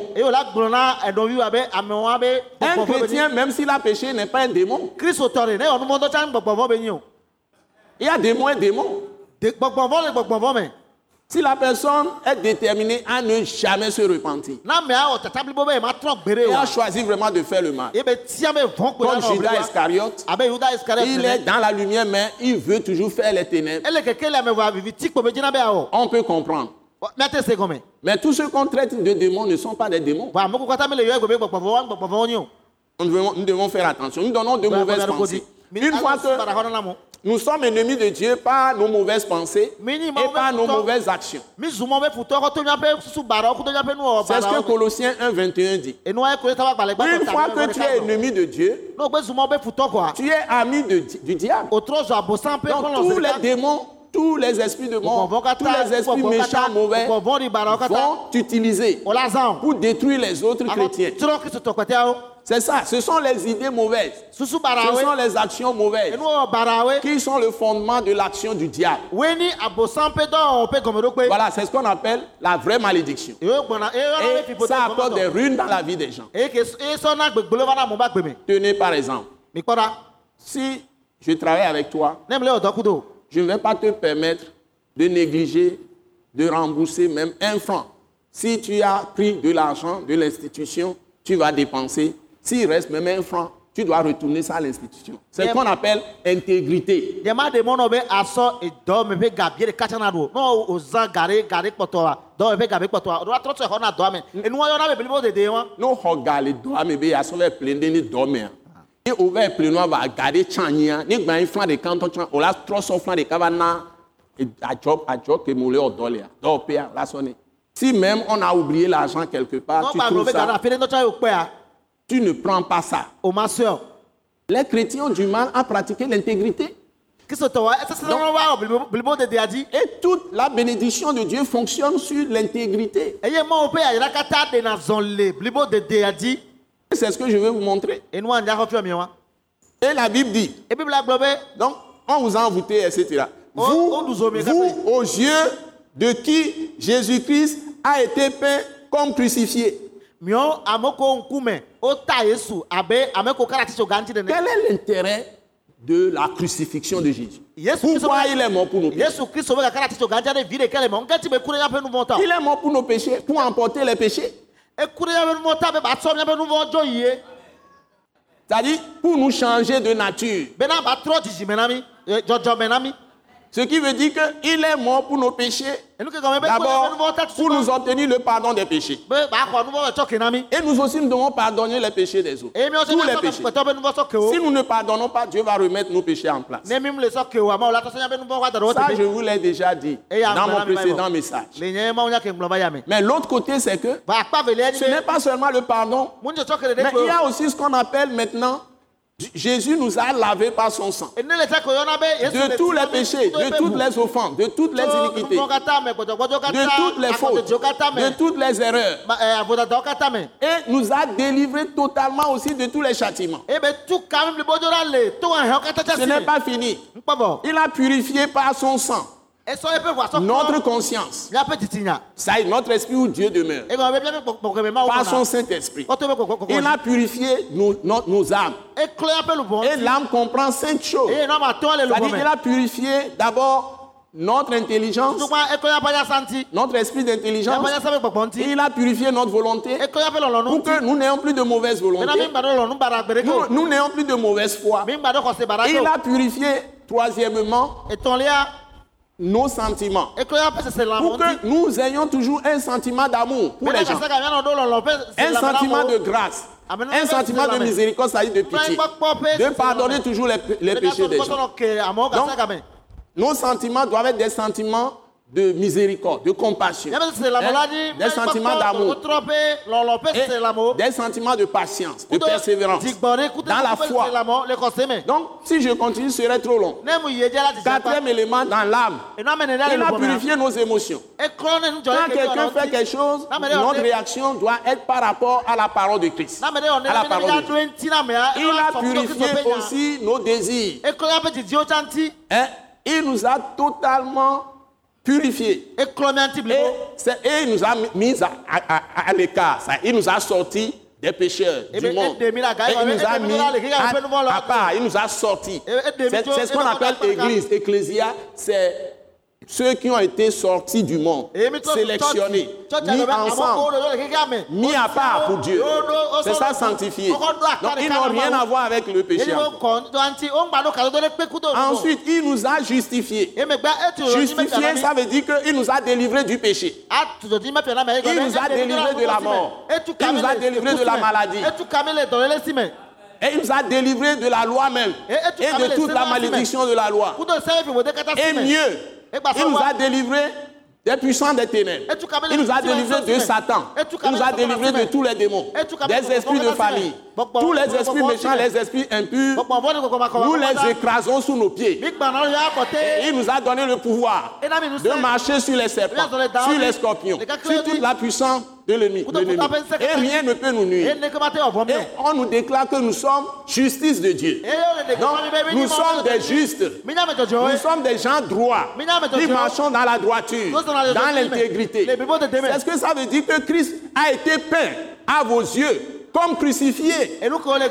Un chrétien, même s'il a péché, n'est pas un démon. Il y a démon et démon. Si la personne est déterminée à ne jamais se repentir, et a choisi vraiment de faire le mal, comme Judas Iscariote, il est dans la lumière, mais il veut toujours faire les ténèbres. On peut comprendre. Mais tous ceux qu'on traite de démons ne sont pas des démons. Nous devons faire attention. Nous donnons de mauvaises pensées. Une fois que nous sommes ennemis de Dieu par nos mauvaises pensées et par nos mauvaises actions. C'est ce que Colossiens 1:21 dit. Une fois que tu es ennemi de Dieu, tu es ami du diable. Donc tous les démons, tous les esprits de mort, tous les esprits méchants, mauvais vont t'utiliser pour détruire les autres chrétiens. C'est ça, ce sont les idées mauvaises. Ce sont les actions mauvaises qui sont le fondement de l'action du diable. Voilà, c'est ce qu'on appelle la vraie malédiction. Et ça apporte des ruines dans la vie des gens. Tenez par exemple, si je travaille avec toi, je ne vais pas te permettre de négliger, de rembourser même 1 franc. Si tu as pris de l'argent de l'institution, tu vas dépenser. S'il reste même 1 franc, tu dois retourner ça à l'institution. C'est ce qu'on appelle intégrité. Nous et ouvert plein va garder chania ni gba inflant de canton chan o la trosso flan de cabana a job que moulé au dollar d'opéa la sonné. Si même on a oublié l'argent quelque part, tu trouves ça, tu ne prends pas ça. Les chrétiens ont du mal à pratiquer l'intégrité. Et toute la bénédiction de Dieu fonctionne sur l'intégrité. C'est ce que je vais vous montrer. Et la Bible dit, donc on vous a envoûté, etc. Vous, aux yeux de qui Jésus-Christ a été peint comme crucifié. Quel est l'intérêt de la crucifixion de Jésus? Pourquoi il est mort pour nos péchés? Il est mort pour nos péchés, pour emporter les péchés. C'est-à-dire pour nous changer de nature. Ce qui veut dire qu'il est mort pour nos péchés. D'abord, pour nous obtenir le pardon des péchés. Et nous aussi, nous devons pardonner les péchés des autres. Tous les péchés. Si nous ne pardonnons pas, Dieu va remettre nos péchés en place. Ça, je vous l'ai déjà dit dans mon précédent message. Mais l'autre côté, c'est que ce n'est pas seulement le pardon, mais il y a aussi ce qu'on appelle maintenant Jésus nous a lavés par son sang. De tous les péchés, de toutes les offenses, de toutes les iniquités, de toutes les fautes, de toutes les erreurs. Et nous a délivrés totalement aussi de tous les châtiments. Ce n'est pas fini. Il a purifié par son sang notre conscience. Ça est notre esprit où Dieu demeure. Par son Saint-Esprit. Il a purifié nos âmes. Et l'âme comprend 5 choses. C'est-à-dire qu'il a purifié d'abord notre intelligence, notre esprit d'intelligence. Et il a purifié notre volonté pour que nous n'ayons plus de mauvaise volonté. Nous n'ayons plus de mauvaise foi. Et il a purifié, troisièmement, nos sentiments. Pour que nous ayons toujours un sentiment d'amour pour les gens. Un sentiment de grâce. Un sentiment de miséricorde, c'est-à-dire de pitié. De pardonner toujours les péchés des gens. Donc, nos sentiments doivent être des sentiments de miséricorde, de compassion, des sentiments d'amour, des sentiments de patience, de persévérance, dans la foi. Donc, si je continue, ce serait trop long. Quatrième élément, dans l'âme, il a purifié nos émotions. Quand quelqu'un fait quelque chose, notre réaction doit être par rapport à la parole de Christ, à la parole de Dieu. Il a purifié aussi nos désirs. Il nous a totalement purifiés. Et il nous a mis à l'écart. Il nous a sortis des pécheurs du monde. Et il nous a mis à part. Il nous a sortis. C'est ce qu'on appelle église. Ecclésia, c'est ceux qui ont été sortis du monde, sélectionnés, mis ensemble, mis à part pour Dieu. C'est ça, sanctifié. Donc, ils n'ont rien à voir avec le péché. Ensuite, il nous a justifiés. Justifié, ça veut dire qu'il nous a délivrés du péché. Il nous a délivrés de la mort. Il nous a délivrés de la maladie. Et il nous a délivrés de la loi même. Et de toute la malédiction de la loi. Et mieux, il nous a délivrés des puissants des ténèbres. Il nous a délivrés de Satan. Il nous a délivrés de tous les démons, des esprits de famille. Tous les esprits méchants, les esprits impurs, nous les écrasons sous nos pieds. Et il nous a donné le pouvoir de marcher sur les serpents, sur les scorpions, sur toute la puissance de l'ennemi. Et rien ne peut nous nuire. Et on nous déclare que nous sommes justice de Dieu. Donc, nous sommes des justes. Nous sommes des gens droits. Nous marchons dans la droiture, dans l'intégrité. C'est ce que ça veut dire que Christ a été peint à vos yeux comme crucifié. Donc nous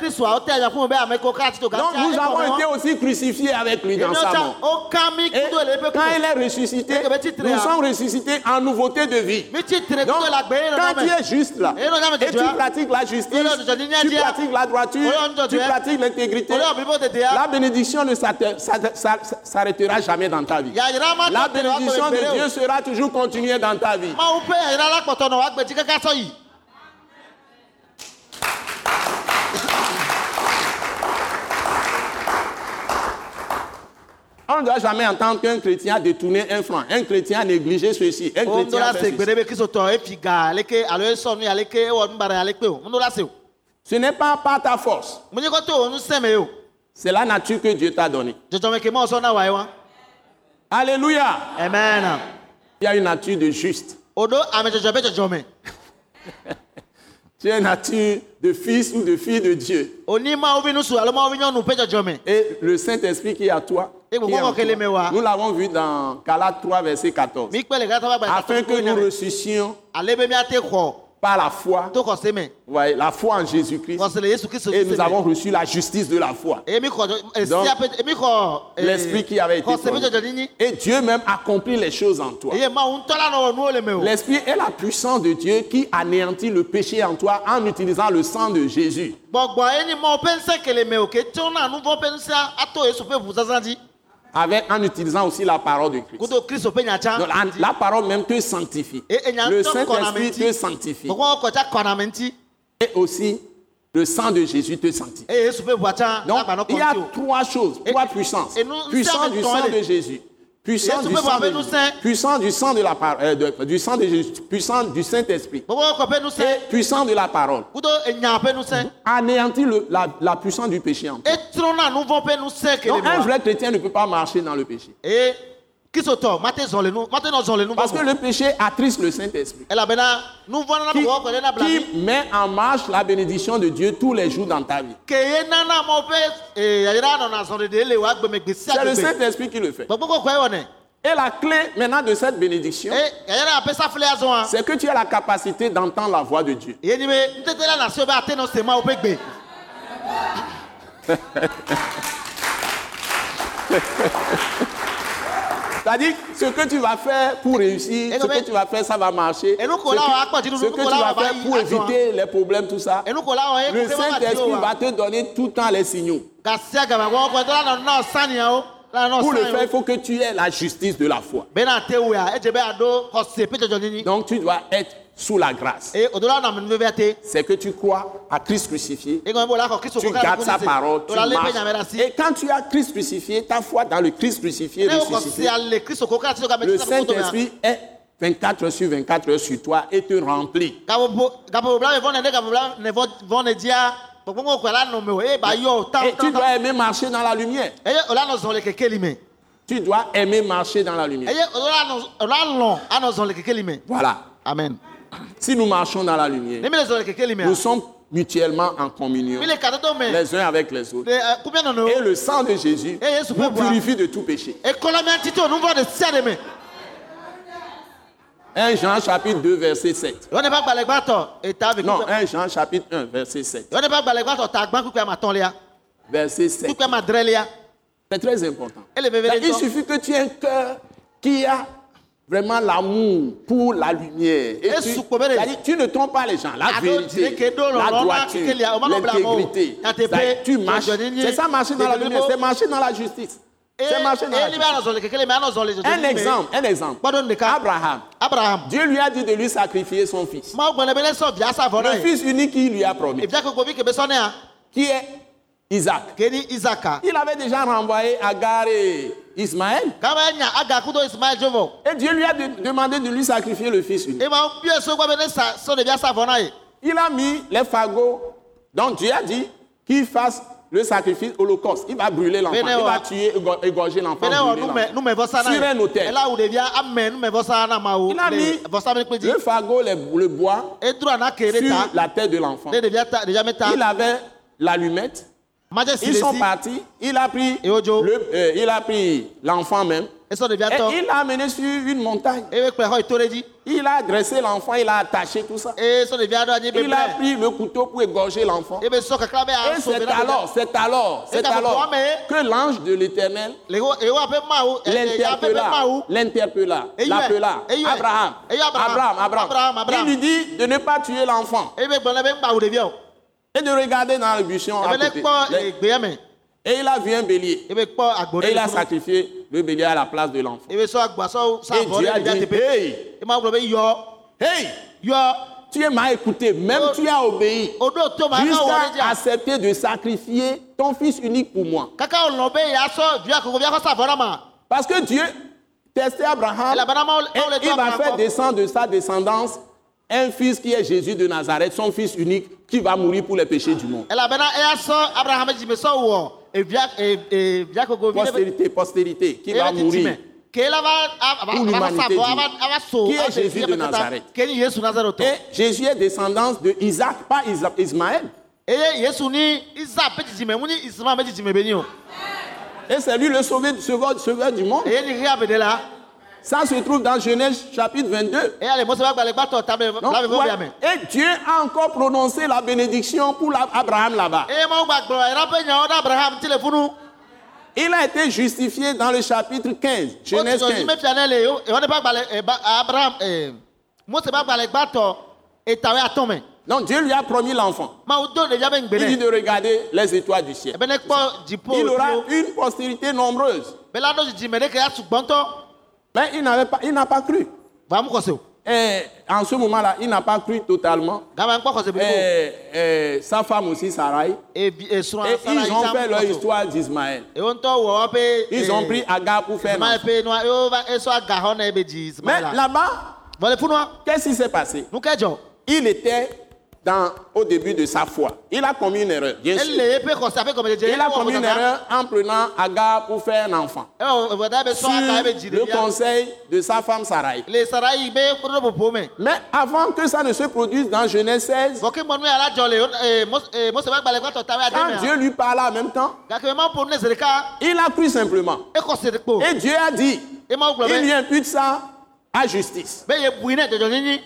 avons été aussi crucifiés avec lui dans sa mort. Et quand il est ressuscité, nous sommes ressuscités en nouveauté de vie. Donc quand tu es juste là, et tu pratiques la justice, tu pratiques la droiture, tu pratiques l'intégrité, la bénédiction ne s'arrêtera jamais dans ta vie. La bénédiction de Dieu sera toujours continuée dans ta vie. On ne doit jamais entendre qu'un chrétien a détourné un franc, un chrétien a négligé ceci, un chrétien a fait ceci. Ce n'est pas par ta force. C'est la nature que Dieu t'a donnée. Alléluia. Amen. Il y a une nature de juste. Tu as une nature de fils ou de fille de Dieu. Et le Saint-Esprit qui est à toi, nous l'avons vu dans Galates 3, verset 14. Afin que nous ressuscitions par la foi, voyez, la foi en Jésus-Christ, et nous avons reçu la justice de la foi. Donc, l'Esprit qui avait été donné. Et Dieu même accomplit les choses en toi. L'Esprit est la puissance de Dieu qui anéantit le péché en toi en utilisant le sang de Jésus. En utilisant aussi la parole de Christ. Donc, la parole même te sanctifie. Le Saint-Esprit te sanctifie. Et aussi, le sang de Jésus te sanctifie. Donc, il y a trois choses, trois puissances. Puissance du sang de Jésus, puissant Yesu du pe sang bo de nous Jésus, saint. puissant du sang de la du sang de Jésus, puissant du Saint-Esprit, Gbogbo ko pe nous saint. et puissant de la parole, Kudo enya pe nous saint. anéantit la puissance du péché en toi. Et trona nous vont pe nous saint que Donc un les vrai chrétien ne peut pas marcher dans le péché. Et qui soto maté zon le nous, maté non zon le nous. Parce que le péché attriste le Saint-Esprit, Elle a bena nous vont na qui, ko ko na blami. qui met en marche la bénédiction de Dieu tous les jours dans ta vie. Que ye nana mo pe yira no na zon de le wa gbe me gbesi C'est le agbe. Saint-Esprit qui le fait. Gbogbo ko e wona. Et la clé maintenant de cette bénédiction, Yira pe sa fle azon a. c'est que tu as la capacité d'entendre la voix de Dieu. Ye ni me ntete la na se ba ate no se ma o pe gbe. C'est-à-dire, ce que tu vas faire pour réussir, ce que tu vas faire, ça va marcher. Et nous, Ce que tu vas faire pour éviter les problèmes, tout ça, Et nous ko la o le Saint-Esprit va te donner tout le temps les signaux. Gasia ga ba ko la no sani ya o. La no Pour le sani. faire, il faut que tu aies la justice de la foi. Bena te o ya, e je be ado ko se pe jojo ni. Donc, tu dois être sous la grâce. Et au-delà na me vete. C'est que tu crois à Christ crucifié. Et quand la ko Christ Tu ko gardes sa parole, tu marches. Et quand tu as Christ crucifié, ta foi dans le Christ crucifié ressuscité, le Saint-Esprit est 24 heures sur 24 heures sur toi et te remplit. Et tu dois aimer marcher dans la lumière. Tu dois aimer marcher dans la lumière. Voilà. Amen. Si nous marchons dans la lumière, nous sommes mutuellement en communion les uns avec les autres. Et le sang de Jésus nous purifie de tout péché. 1 Jean chapitre 2 verset 7. Non, 1 Jean chapitre 1 verset 7. Verset 7. C'est très important. Il suffit que tu aies un cœur qui a vraiment l'amour pour la lumière. Et tu ne trompes pas les gens. La vérité, la droiture, l'intégrité. Tu marches. C'est ça marcher dans la lumière. C'est marcher dans la justice. C'est marcher dans la justice. Un exemple. Abraham. Dieu lui a dit de lui sacrifier son fils. Le fils unique qu'il lui a promis. Qui est Isaac. Il avait déjà renvoyé Agar et Ismaël. Et Dieu lui a demandé de lui sacrifier le fils unique. Il a mis les fagots. Donc Dieu a dit qu'il fasse le sacrifice holocauste. Il va brûler l'enfant. Il va tuer, égorger l'enfant. Sur un autel. Il a mis le fagot, le bois, sur la tête de l'enfant. Il avait l'allumette. Ils sont partis. Il a pris l'enfant même. Et il l'a amené sur une montagne. Il a dressé l'enfant, il a attaché tout ça. Il a pris le couteau pour égorger l'enfant. Et c'est alors que l'ange de l'Éternel l'interpella, Abraham. Il lui dit de ne pas tuer l'enfant et de regarder dans le buisson à côté. Et il a vu un bélier. Et il a sacrifié le bélier à la place de l'enfant. Et Dieu a dit, hey, tu m'as écouté, même tu as obéi jusqu'à accepter de sacrifier ton fils unique pour moi. Parce que Dieu testait Abraham et il va faire descendre de sa descendance un fils qui est Jésus de Nazareth, son fils unique qui va mourir pour les péchés du monde. Postérité, qui va mourir pour l'humanité. Qui est Jésus de Nazareth. Et Jésus est descendance de Isaac, pas Ismaël. Et c'est lui le sauveur du monde. Ça se trouve dans Genèse chapitre 22. Et Dieu a encore prononcé la bénédiction pour Abraham là-bas. Il a été justifié dans le chapitre 15, Genèse 15. Donc Dieu lui a promis l'enfant. Il dit de regarder les étoiles du ciel. Il aura une postérité nombreuse. Mais il n'a pas cru. Et en ce moment-là, il n'a pas cru totalement. Gama nkpɔ xɔse blibo. Sa femme aussi, Sarai. Et Et ils ont fait leur histoire d'Ismaël. Et on t'en voit pe. Ils ont pris Agar pour faire Ismaël l'enfant. pe no yo va eso agahɔ na ebe dzi Mais Ismaël. là-bas, Vole funua. qu'est-ce qui s'est passé? Nu kɛjɔ. Il était au début de sa foi. Il a commis une erreur, bien sûr. Ele pe xɔse ape kɔmɛ dze. Il a commis une erreur en prenant Agar pour faire un enfant. Vɔda be Sur sɔ aga ebe dzi le de bia. conseil de sa femme Sarai. Le Sarai be kodo popo me. Mais avant que ça ne se produise dans Genèse 16, Vɔke mɔnu ya la jɔ le Mose ba gbalẽ gbãtɔ tawe ade quand me. Dieu lui parla en même temps, Gake ma po ne zerika. il a cru simplement. E xɔse de kpo. Et Dieu a dit, E ma gblɔ il lui be. impute ça à justice. Be ye bui ne dzɔdzɔ nyinyi.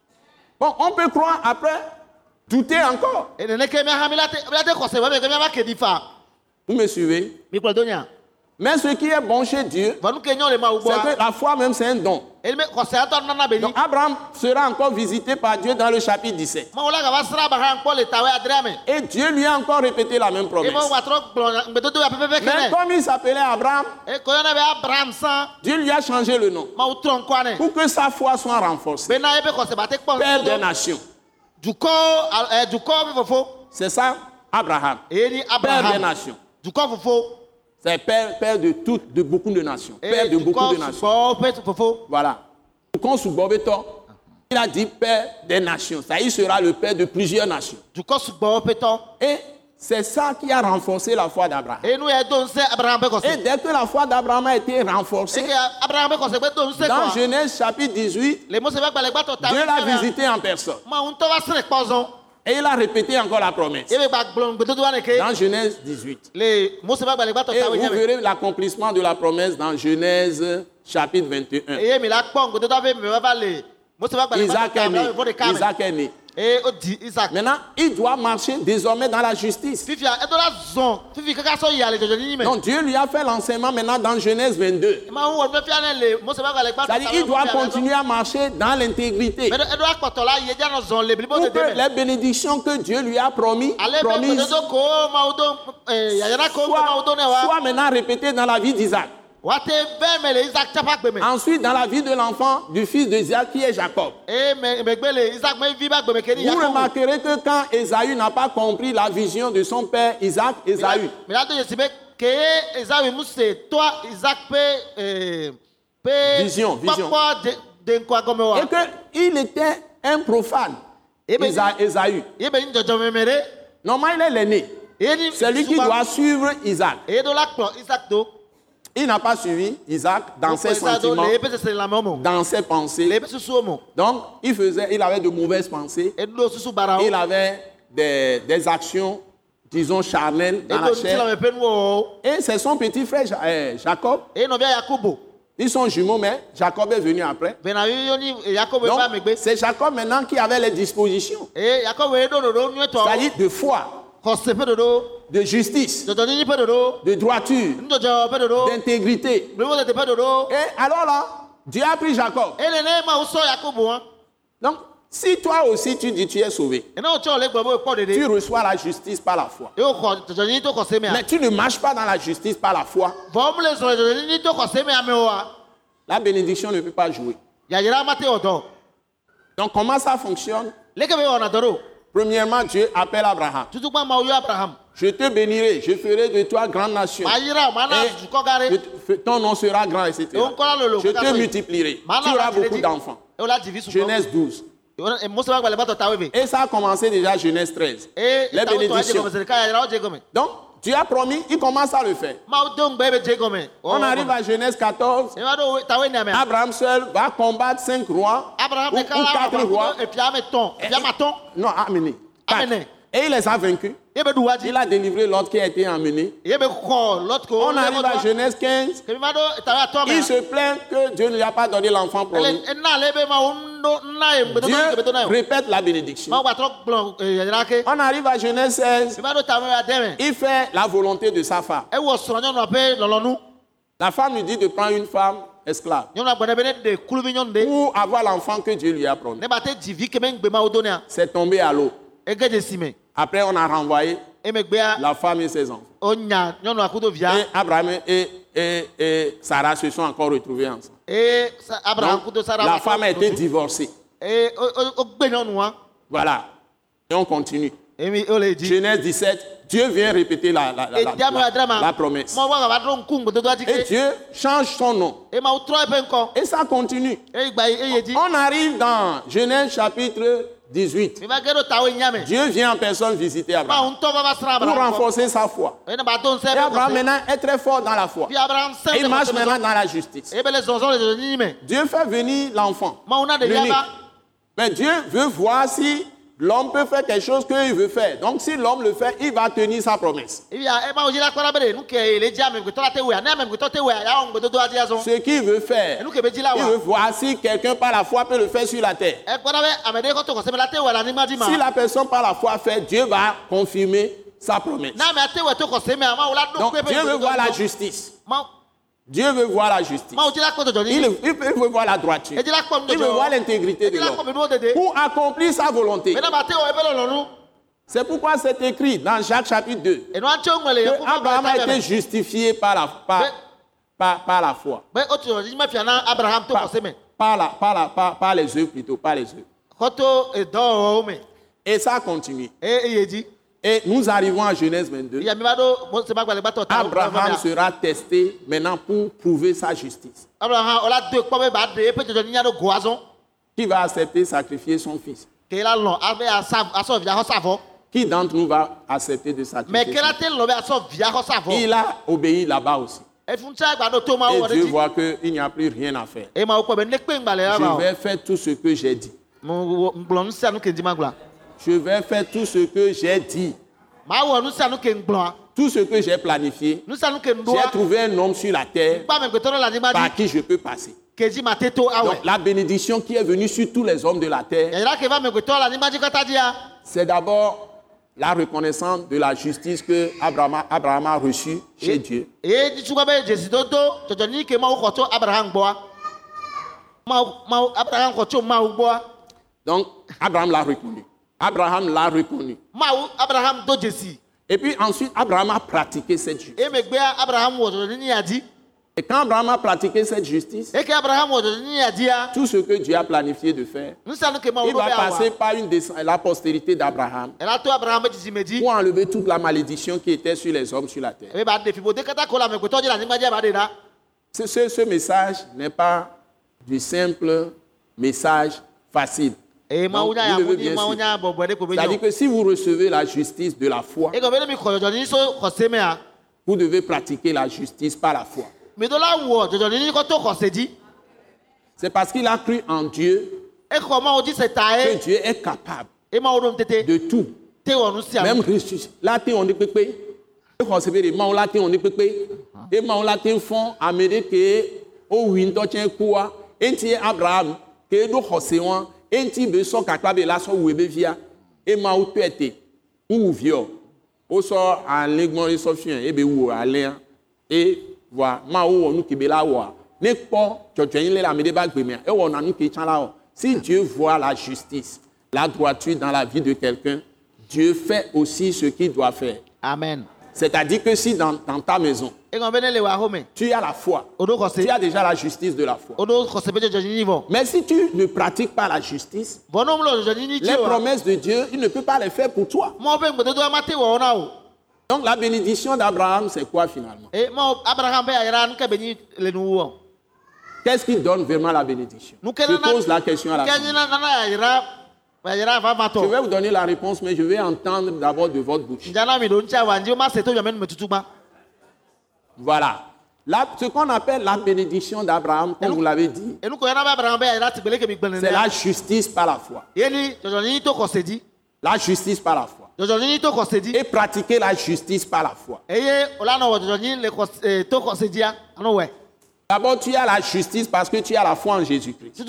Bon, on peut croire après, douter encore. E nene ke mi hã mi la te xɔse wɔ me ke mi va ke di fa. Vous me suivez? Mi kplɔ do nya. Mais ce qui est bon chez Dieu, Vɔnu ke nyɔ le ma wo c'est gbɔa. que la foi même, c'est un don. E me xɔse atɔ nana be Donc ni. Abraham sera encore visité par Dieu dans le chapitre 17. Ma wo la gaba sra Abraham kpɔ le tawe adrea me. Et Dieu lui a encore répété la même E promesse. ma wo atrɔ gblɔ ŋgbedodo ya pɛpɛpɛ Mais kɛnɛ. comme il s'appelait Abraham, E kɔyɔ ne be Abraham san. Dieu lui a changé le nom Ma wo trɔ ŋkɔa ne. pour que sa foi soit renforcée. Bena e be xɔse ba te kpɔ Père des ŋdodo. nations. Dukɔ dukɔ be fofo. C'est ça, Abraham. E ni Père des Abraham. nations. Dukɔ fofo. C'est père de beaucoup de nations. Père E de beaucoup de dukɔ nations. sugbɔ pe fofo. Voilà. Quand Soubobeto, il a dit père des nations. Ça, il sera le père de plusieurs nations. Dukɔ sugbɔ pe tɔ. Et c'est ça qui a renforcé la foi d'Abraham. E nu yɛ do nsɛ Abraham be Et xɔse. dès que la foi d'Abraham a été E renforcée, ke Abraham be xɔse gbe do nsɛ dans kɔa. Genèse chapitre 18, Le Mose be gbalẽ gbãtɔ tawe. Dieu l'a visité en personne. Ma ŋutɔ va srɛ kpɔ zɔn. Et il a répété encore la promesse. E be gba gblɔ ŋgbedodo wa ne ke. Dans Genèse 18. Le Mose be gbalẽ gbãtɔ Et tawe vous nye me. verrez l'accomplissement de la promesse dans Genèse chapitre 21. Eye mi la kpɔ ŋgbedodo be me va le Mose be gbalẽ Isaac gbãtɔ est tawe né. me vo ɖeka me. Isaac est né. E o di Isaac. Maintenant, il doit marcher désormais dans la justice. Fifia edo la zɔn fifi kaka sɔ yi ale dzɔdzɔ nyinyi me. Donc Dieu lui a fait l'enseignement maintenant dans Genèse 22. Ma ŋu wɔ fia ne le Mose be gbalẽ gbãtɔ C'est-à-dire qu'il doit continuer à marcher dans l'intégrité. Mais edo akpɔtɔ la ye dza nɔ zɔn le blibo Pour dede que me. les bénédictions que Dieu lui a promises Ale be gbedodo ko mawu do yayana ko mawu do ne wa. soient maintenant répétées dans la vie d'Isaac. Wa te be me le Isaac tsapa gbe me. Ensuite, dans la vie de l'enfant, du fils d'Isaac qui est Jacob. E me gbe le Isaac me vi ba gbe me keri Vous Yakob. remarquerez que quand Ésaü n'a pas compris la vision de son père Isaac, Ésaü, Mais là, je sais que Esaü Mousse, toi, Isaac peut Vision. de quoi comme et qu'il était un profane, Eh ben, Ésaü. il ben de jomemere. Normalement, il est l'aîné. C'est lui qui doit suivre Isaac. Et de la Isaac do. Il n'a pas suivi Isaac dans ses sentiments, dans ses pensées. Donc, il avait de mauvaises pensées. Il avait des actions, disons, charnelles dans la chair. Et c'est son petit frère Jacob. Ils sont jumeaux, mais Jacob est venu après. Donc, c'est Jacob maintenant qui avait les dispositions. C'est-à-dire de foi, de justice, de droiture, d'intégrité. Et alors là, Dieu a pris Jacob. Donc, si toi aussi tu dis tu es sauvé, tu reçois la justice par la foi. Mais tu ne marches pas dans la justice par la foi, la bénédiction ne peut pas jouer. Donc, comment ça fonctionne? Premièrement, Dieu appelle Abraham. Je te bénirai, je ferai de toi grande nation. Et ton nom sera grand, etc. Je te multiplierai. Tu auras beaucoup d'enfants. Genèse 12. Et ça a commencé déjà Genèse 13. Les bénédictions. Donc, Dieu a promis, il commence à le faire. On arrive à Genèse 14. Abraham seul va combattre 5 rois ou 4 rois. Non, amené. Et il les a vaincus. Il a délivré l'autre qui a été emmené. On arrive à Genèse 15. Il se plaint que Dieu ne lui a pas donné l'enfant promis. Dieu répète la bénédiction. On arrive à Genèse 16. Il fait la volonté de sa femme. La femme lui dit de prendre une femme esclave pour avoir l'enfant que Dieu lui a promis. C'est tombé à l'eau. Après, on a renvoyé la femme et ses enfants. Et Abraham et Sarah se sont encore retrouvés ensemble. La femme a été divorcée. Voilà. Et on continue. Genèse 17, Dieu vient répéter la promesse. Et Dieu change son nom. Et ça continue. On arrive dans Genèse chapitre 18. Dieu vient en personne visiter Abraham pour renforcer sa foi. Et Abraham maintenant est très fort dans la foi. Et il marche maintenant dans la justice. Dieu fait venir l'enfant. L'unique. Mais Dieu veut voir si l'homme peut faire quelque chose qu'il veut faire. Donc si l'homme le fait, il va tenir sa promesse. Ce qu'il veut faire, il veut voir si quelqu'un par la foi peut le faire sur la terre. Si la personne par la foi fait, Dieu va confirmer sa promesse. Donc Dieu veut voir la justice. Dieu veut voir la justice. Il veut voir la droiture. Il veut voir l'intégrité de l'homme pour accomplir sa volonté. C'est pourquoi c'est écrit dans Jacques chapitre 2 que Abraham a été justifié par la foi. Par les œuvres plutôt, par les œuvres. Et ça continue. Et nous arrivons à Genèse 22. Abraham sera testé maintenant pour prouver sa justice. Qui va accepter sacrifier son fils? Qui d'entre nous va accepter de sacrifier son fils? Il a obéi là-bas aussi. Et Dieu voit qu'il n'y a plus rien à faire. Je vais faire tout ce que j'ai dit. Je vais faire tout ce que j'ai dit. Tout ce que j'ai planifié. J'ai trouvé un homme sur la terre par qui je peux passer. Donc la bénédiction qui est venue sur tous les hommes de la terre, c'est d'abord la reconnaissance de la justice que Abraham a reçue chez Dieu. Donc Abraham l'a reconnu. Abraham l'a reconnu. Et puis ensuite, Abraham a pratiqué cette justice. Et quand Abraham a pratiqué cette justice, tout ce que Dieu a planifié de faire, il va passer par la postérité d'Abraham pour enlever toute la malédiction qui était sur les hommes sur la terre. Ce message n'est pas du simple message facile. Donc, c'est-à-dire que si vous recevez la justice de la foi, vous devez pratiquer la justice par la foi. C'est parce qu'il a cru en Dieu que Dieu est capable de tout. Même ressusciter. Là, on est pépé. Là, on est pépé. Et là, on font Amérique au window tient quoi? Et Abraham, que nous enti be so kakpa be la so webe via e ma o tuete ou vio o so an legbon so fian e be wo ale e wa ma o nu ki be la wa ne po jojoyin le la me de ba gbe me e wo na nu ki chan la o. Si Dieu voit la justice, la droiture dans la vie de quelqu'un, Dieu fait aussi ce qu'il doit faire. Amen. C'est-à-dire que si dans ta maison, tu as la foi, tu as déjà la justice de la foi. Mais si tu ne pratiques pas la justice, les promesses de Dieu, il ne peut pas les faire pour toi. Donc la bénédiction d'Abraham, c'est quoi finalement? Qu'est-ce qui donne vraiment la bénédiction? Je pose la question à la fin. Je vais vous donner la réponse, mais je vais entendre d'abord de votre bouche. Voilà. Là, ce qu'on appelle la bénédiction d'Abraham, comme vous l'avez dit, c'est la justice par la foi. La justice par la foi. Et pratiquer la justice par la foi. D'abord, tu as la justice parce que tu as la foi en Jésus-Christ.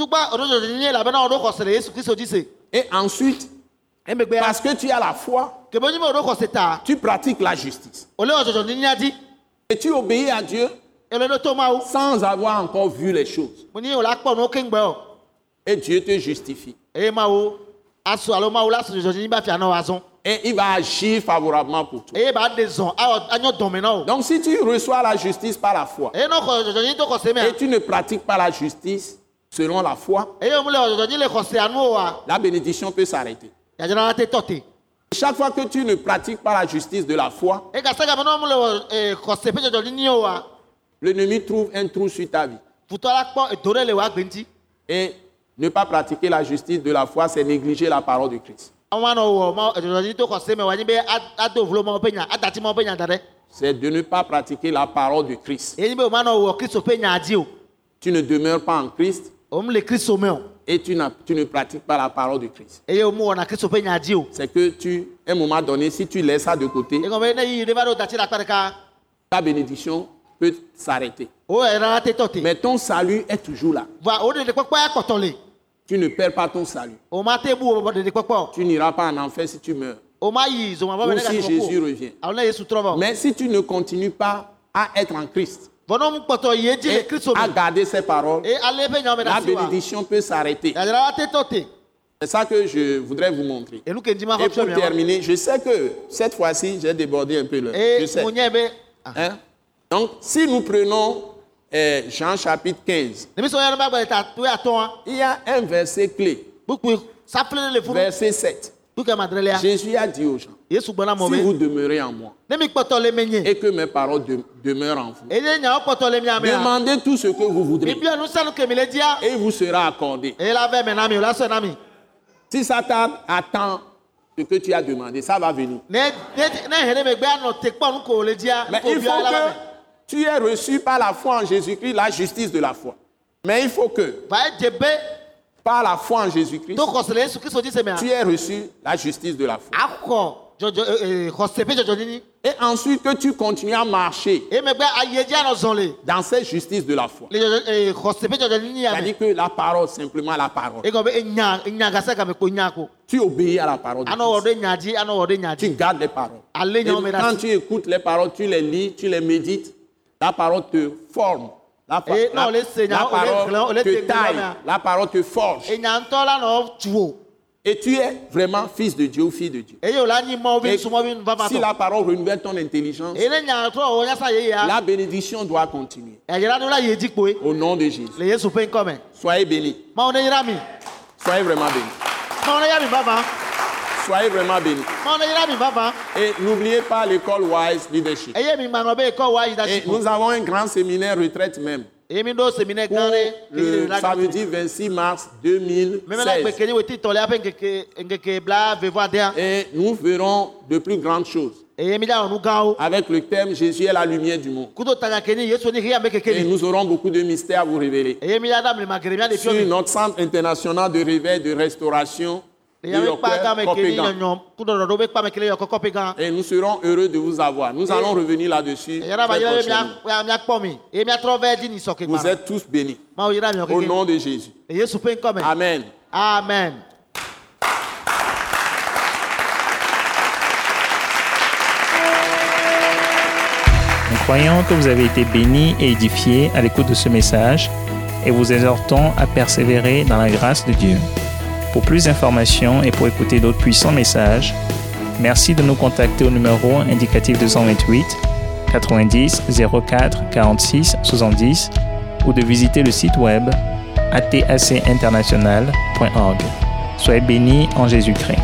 Et ensuite, parce que tu as la foi, tu pratiques la justice. Et tu obéis à Dieu sans avoir encore vu les choses. Et Dieu te justifie. aso alo ma wula so jɔjɔ ba fia na wazɔn. Et il va agir favorablement pour toi. Eye ba de zɔn anyo dɔn na o. Donc si tu reçois la justice par la foi Eye n'o kɔ jɔjɔ to kɔ se et tu ne pratiques pas la justice selon la foi, Eye mu le jɔjɔ le kɔ se anu o wa. la bénédiction peut s'arrêter. Yadira te tɔte. Chaque fois que tu ne pratiques pas la justice de la foi, E ka se ka n'o mu le kɔ se pe jɔjɔ ni o wa. l'ennemi trouve un trou sur ta vie. Futɔla kpɔ edore le wa gbenti. Et ne pas pratiquer la justice de la foi, c'est négliger la parole de Christ. Àwọn àna wɔ ma jɔjɔ to kɔ se mɛ wa ni bɛ ado vlo ma o pe nya adati ma o pe nya da dɛ. C'est de ne pas pratiquer la parole de Christ. Eyi bɛ o ma na wɔ Kristo pe nya adi o. Tu ne demeures pas en Christ O mu le Kristo mɛ o. et tu ne pratiques pas la parole de Christ. Eye o mu wɔ na Kristo pe nya adi o. C'est que à un moment donné, si tu laisses ça de côté, E kɔn bɛ ne yi ne ba do dati la kpɛ de ka. ta bénédiction peut s'arrêter. O yɛrɛ te tɔte. Mais ton salut est toujours là. Va o de kpɔkpɔ ya kɔtɔ le. Tu ne perds pas ton salut. O ma te bu o de kpɔkpɔ. Tu n'iras pas en enfer si tu meurs. O ma yi zɔn ma bɔ Ou bɛ ne ka si sɔrɔ Jésus ko. revient. Awo ne Yesu trɔ bɔ. Mais si tu ne continues pas à être en Christ Vɔnɔ mu kpɔtɔ ye di le et Kristo à mɛ. garder ses paroles, E ale pe nya o mɛ la da si wa. bénédiction peut s'arrêter. Yadira te tɔte. C'est ça que je voudrais vous montrer. Enu ke ndima Et kɔ pour fɔ mi wa. terminer, je sais que cette fois-ci, j'ai débordé un peu l'heure. Je E sais. mo nyɛ bɛ. Hein? Donc, si nous prenons Jean chapitre 15, Nemi sɔ yɛrɛ ba gbɛ ta to ya tɔn wa. il y a un verset clé, Bukui safle le funu. verset 7. Bukui ma dre le ya. Jésus a dit aux gens, Yesu gbɔna mɔ si vous bɛ. demeurez en moi Ne mi kpɔtɔ le me nye. et que mes paroles demeurent en vous, Eye nya o kpɔtɔ le mi ame ya. demandez tout ce que vous voudrez Ibi ɔnu sanu kemi le dia. et il vous sera accordé. Eye la bɛ mɛ na mi o la sɔ na mi. Si Satan attend ce que tu as demandé, ça va venir. Ne hele me gbɛ anɔ te kpɔ nu ko le dia. Mais il faut que tu aies reçu par la foi en Jésus-Christ la justice de la foi. Mais il faut que, Va ye debe par la foi en Jésus-Christ, to kɔsɛlɛ Yesu Kristo di se mɛ. tu aies reçu la justice de la foi. Akɔ jɔjɔ kɔsɛ pe jɔjɔ nini. Et ensuite que tu continues à marcher Eye me gbɛ aye di anɔ zɔn le. dans cette justice de la foi. Le jɔjɔ kɔsɛ pe jɔjɔ nini ya mɛ. C'est-à-dire que la parole, simplement la parole. E kɔ bɛ enya gase ka me ko nya ko. Tu obéis à la parole de Anɔ wɔ Christ. de nya di anɔ wɔ de nya Tu di. gardes les paroles. Ale Et nya o me da quand si. tu écoutes les paroles, tu les lis, tu les médites, la parole te forme. Et non, les seigneurs, parole les te techniques, taille. là. La parole te forge. Enya ntɔ la nɔ tu o. Et tu es vraiment fils de Dieu ou fille de Dieu. Eye o la nyi mɔ bi Et sumɔ bi va va si tɔ. la parole renouvelle ton intelligence, Eye ne nya tɔ o yasa ye ya. la bénédiction doit continuer. Ɛyɛra do la ye di kpoe. Au nom de Jésus. Le Yesu pe nkɔmɛ. Soyez bénis. Ma o ne yira mi. Soyez vraiment bénis. Ma o ne yira mi baba. Soyez vraiment bénis. Ma o ne yira mi baba. Et n'oubliez pas l'école Wise Leadership. Eye mi ma nɔ be kɔ wa yi da Et si. nous avons un grand séminaire retraite même. Eye mi do séminaire Pour gan le de. samedi 26 mars Mɛmɛ la gbe 2016. kenyi weti tɔlɛ apɛ nkeke bla vevo adea. Et nous ferons de plus grandes choses Eye mi da ɔnu gan o. avec le thème Jésus est la lumière du monde. Kudo tanga kenyi Yesu ni hiya me Et kekeli. nous aurons beaucoup de mystères à vous révéler. Eye mi da mi ma geremia de Sur fiɔmi. notre centre international de réveil de restauration de Eye mi kpa gan me kenyi Copégan. nyɔnyɔ. Kudo dɔ do be kpa me kele yɔ kɔkɔ pe gan. Et nous serons heureux de vous avoir. Nous allons revenir là-dessus Yɛrɛ ba très yɛrɛ prochainement. mi kpɔ mi. Eye mi atrɔ vɛ di ni sɔke Vous gba. êtes tous bénis. Ma o yira mi Au ɔkeke. nom de Jésus. Yesu pe nkɔmɛ. Amen. Amen. Nous croyons que vous avez été bénis et édifiés à l'écoute de ce message et vous exhortons à persévérer dans la grâce de Dieu. Pour plus d'informations et pour écouter d'autres puissants messages, merci de nous contacter au numéro indicatif 228 90 04 46 70 ou de visiter le site web atacinternational.org. Soyez bénis en Jésus-Christ.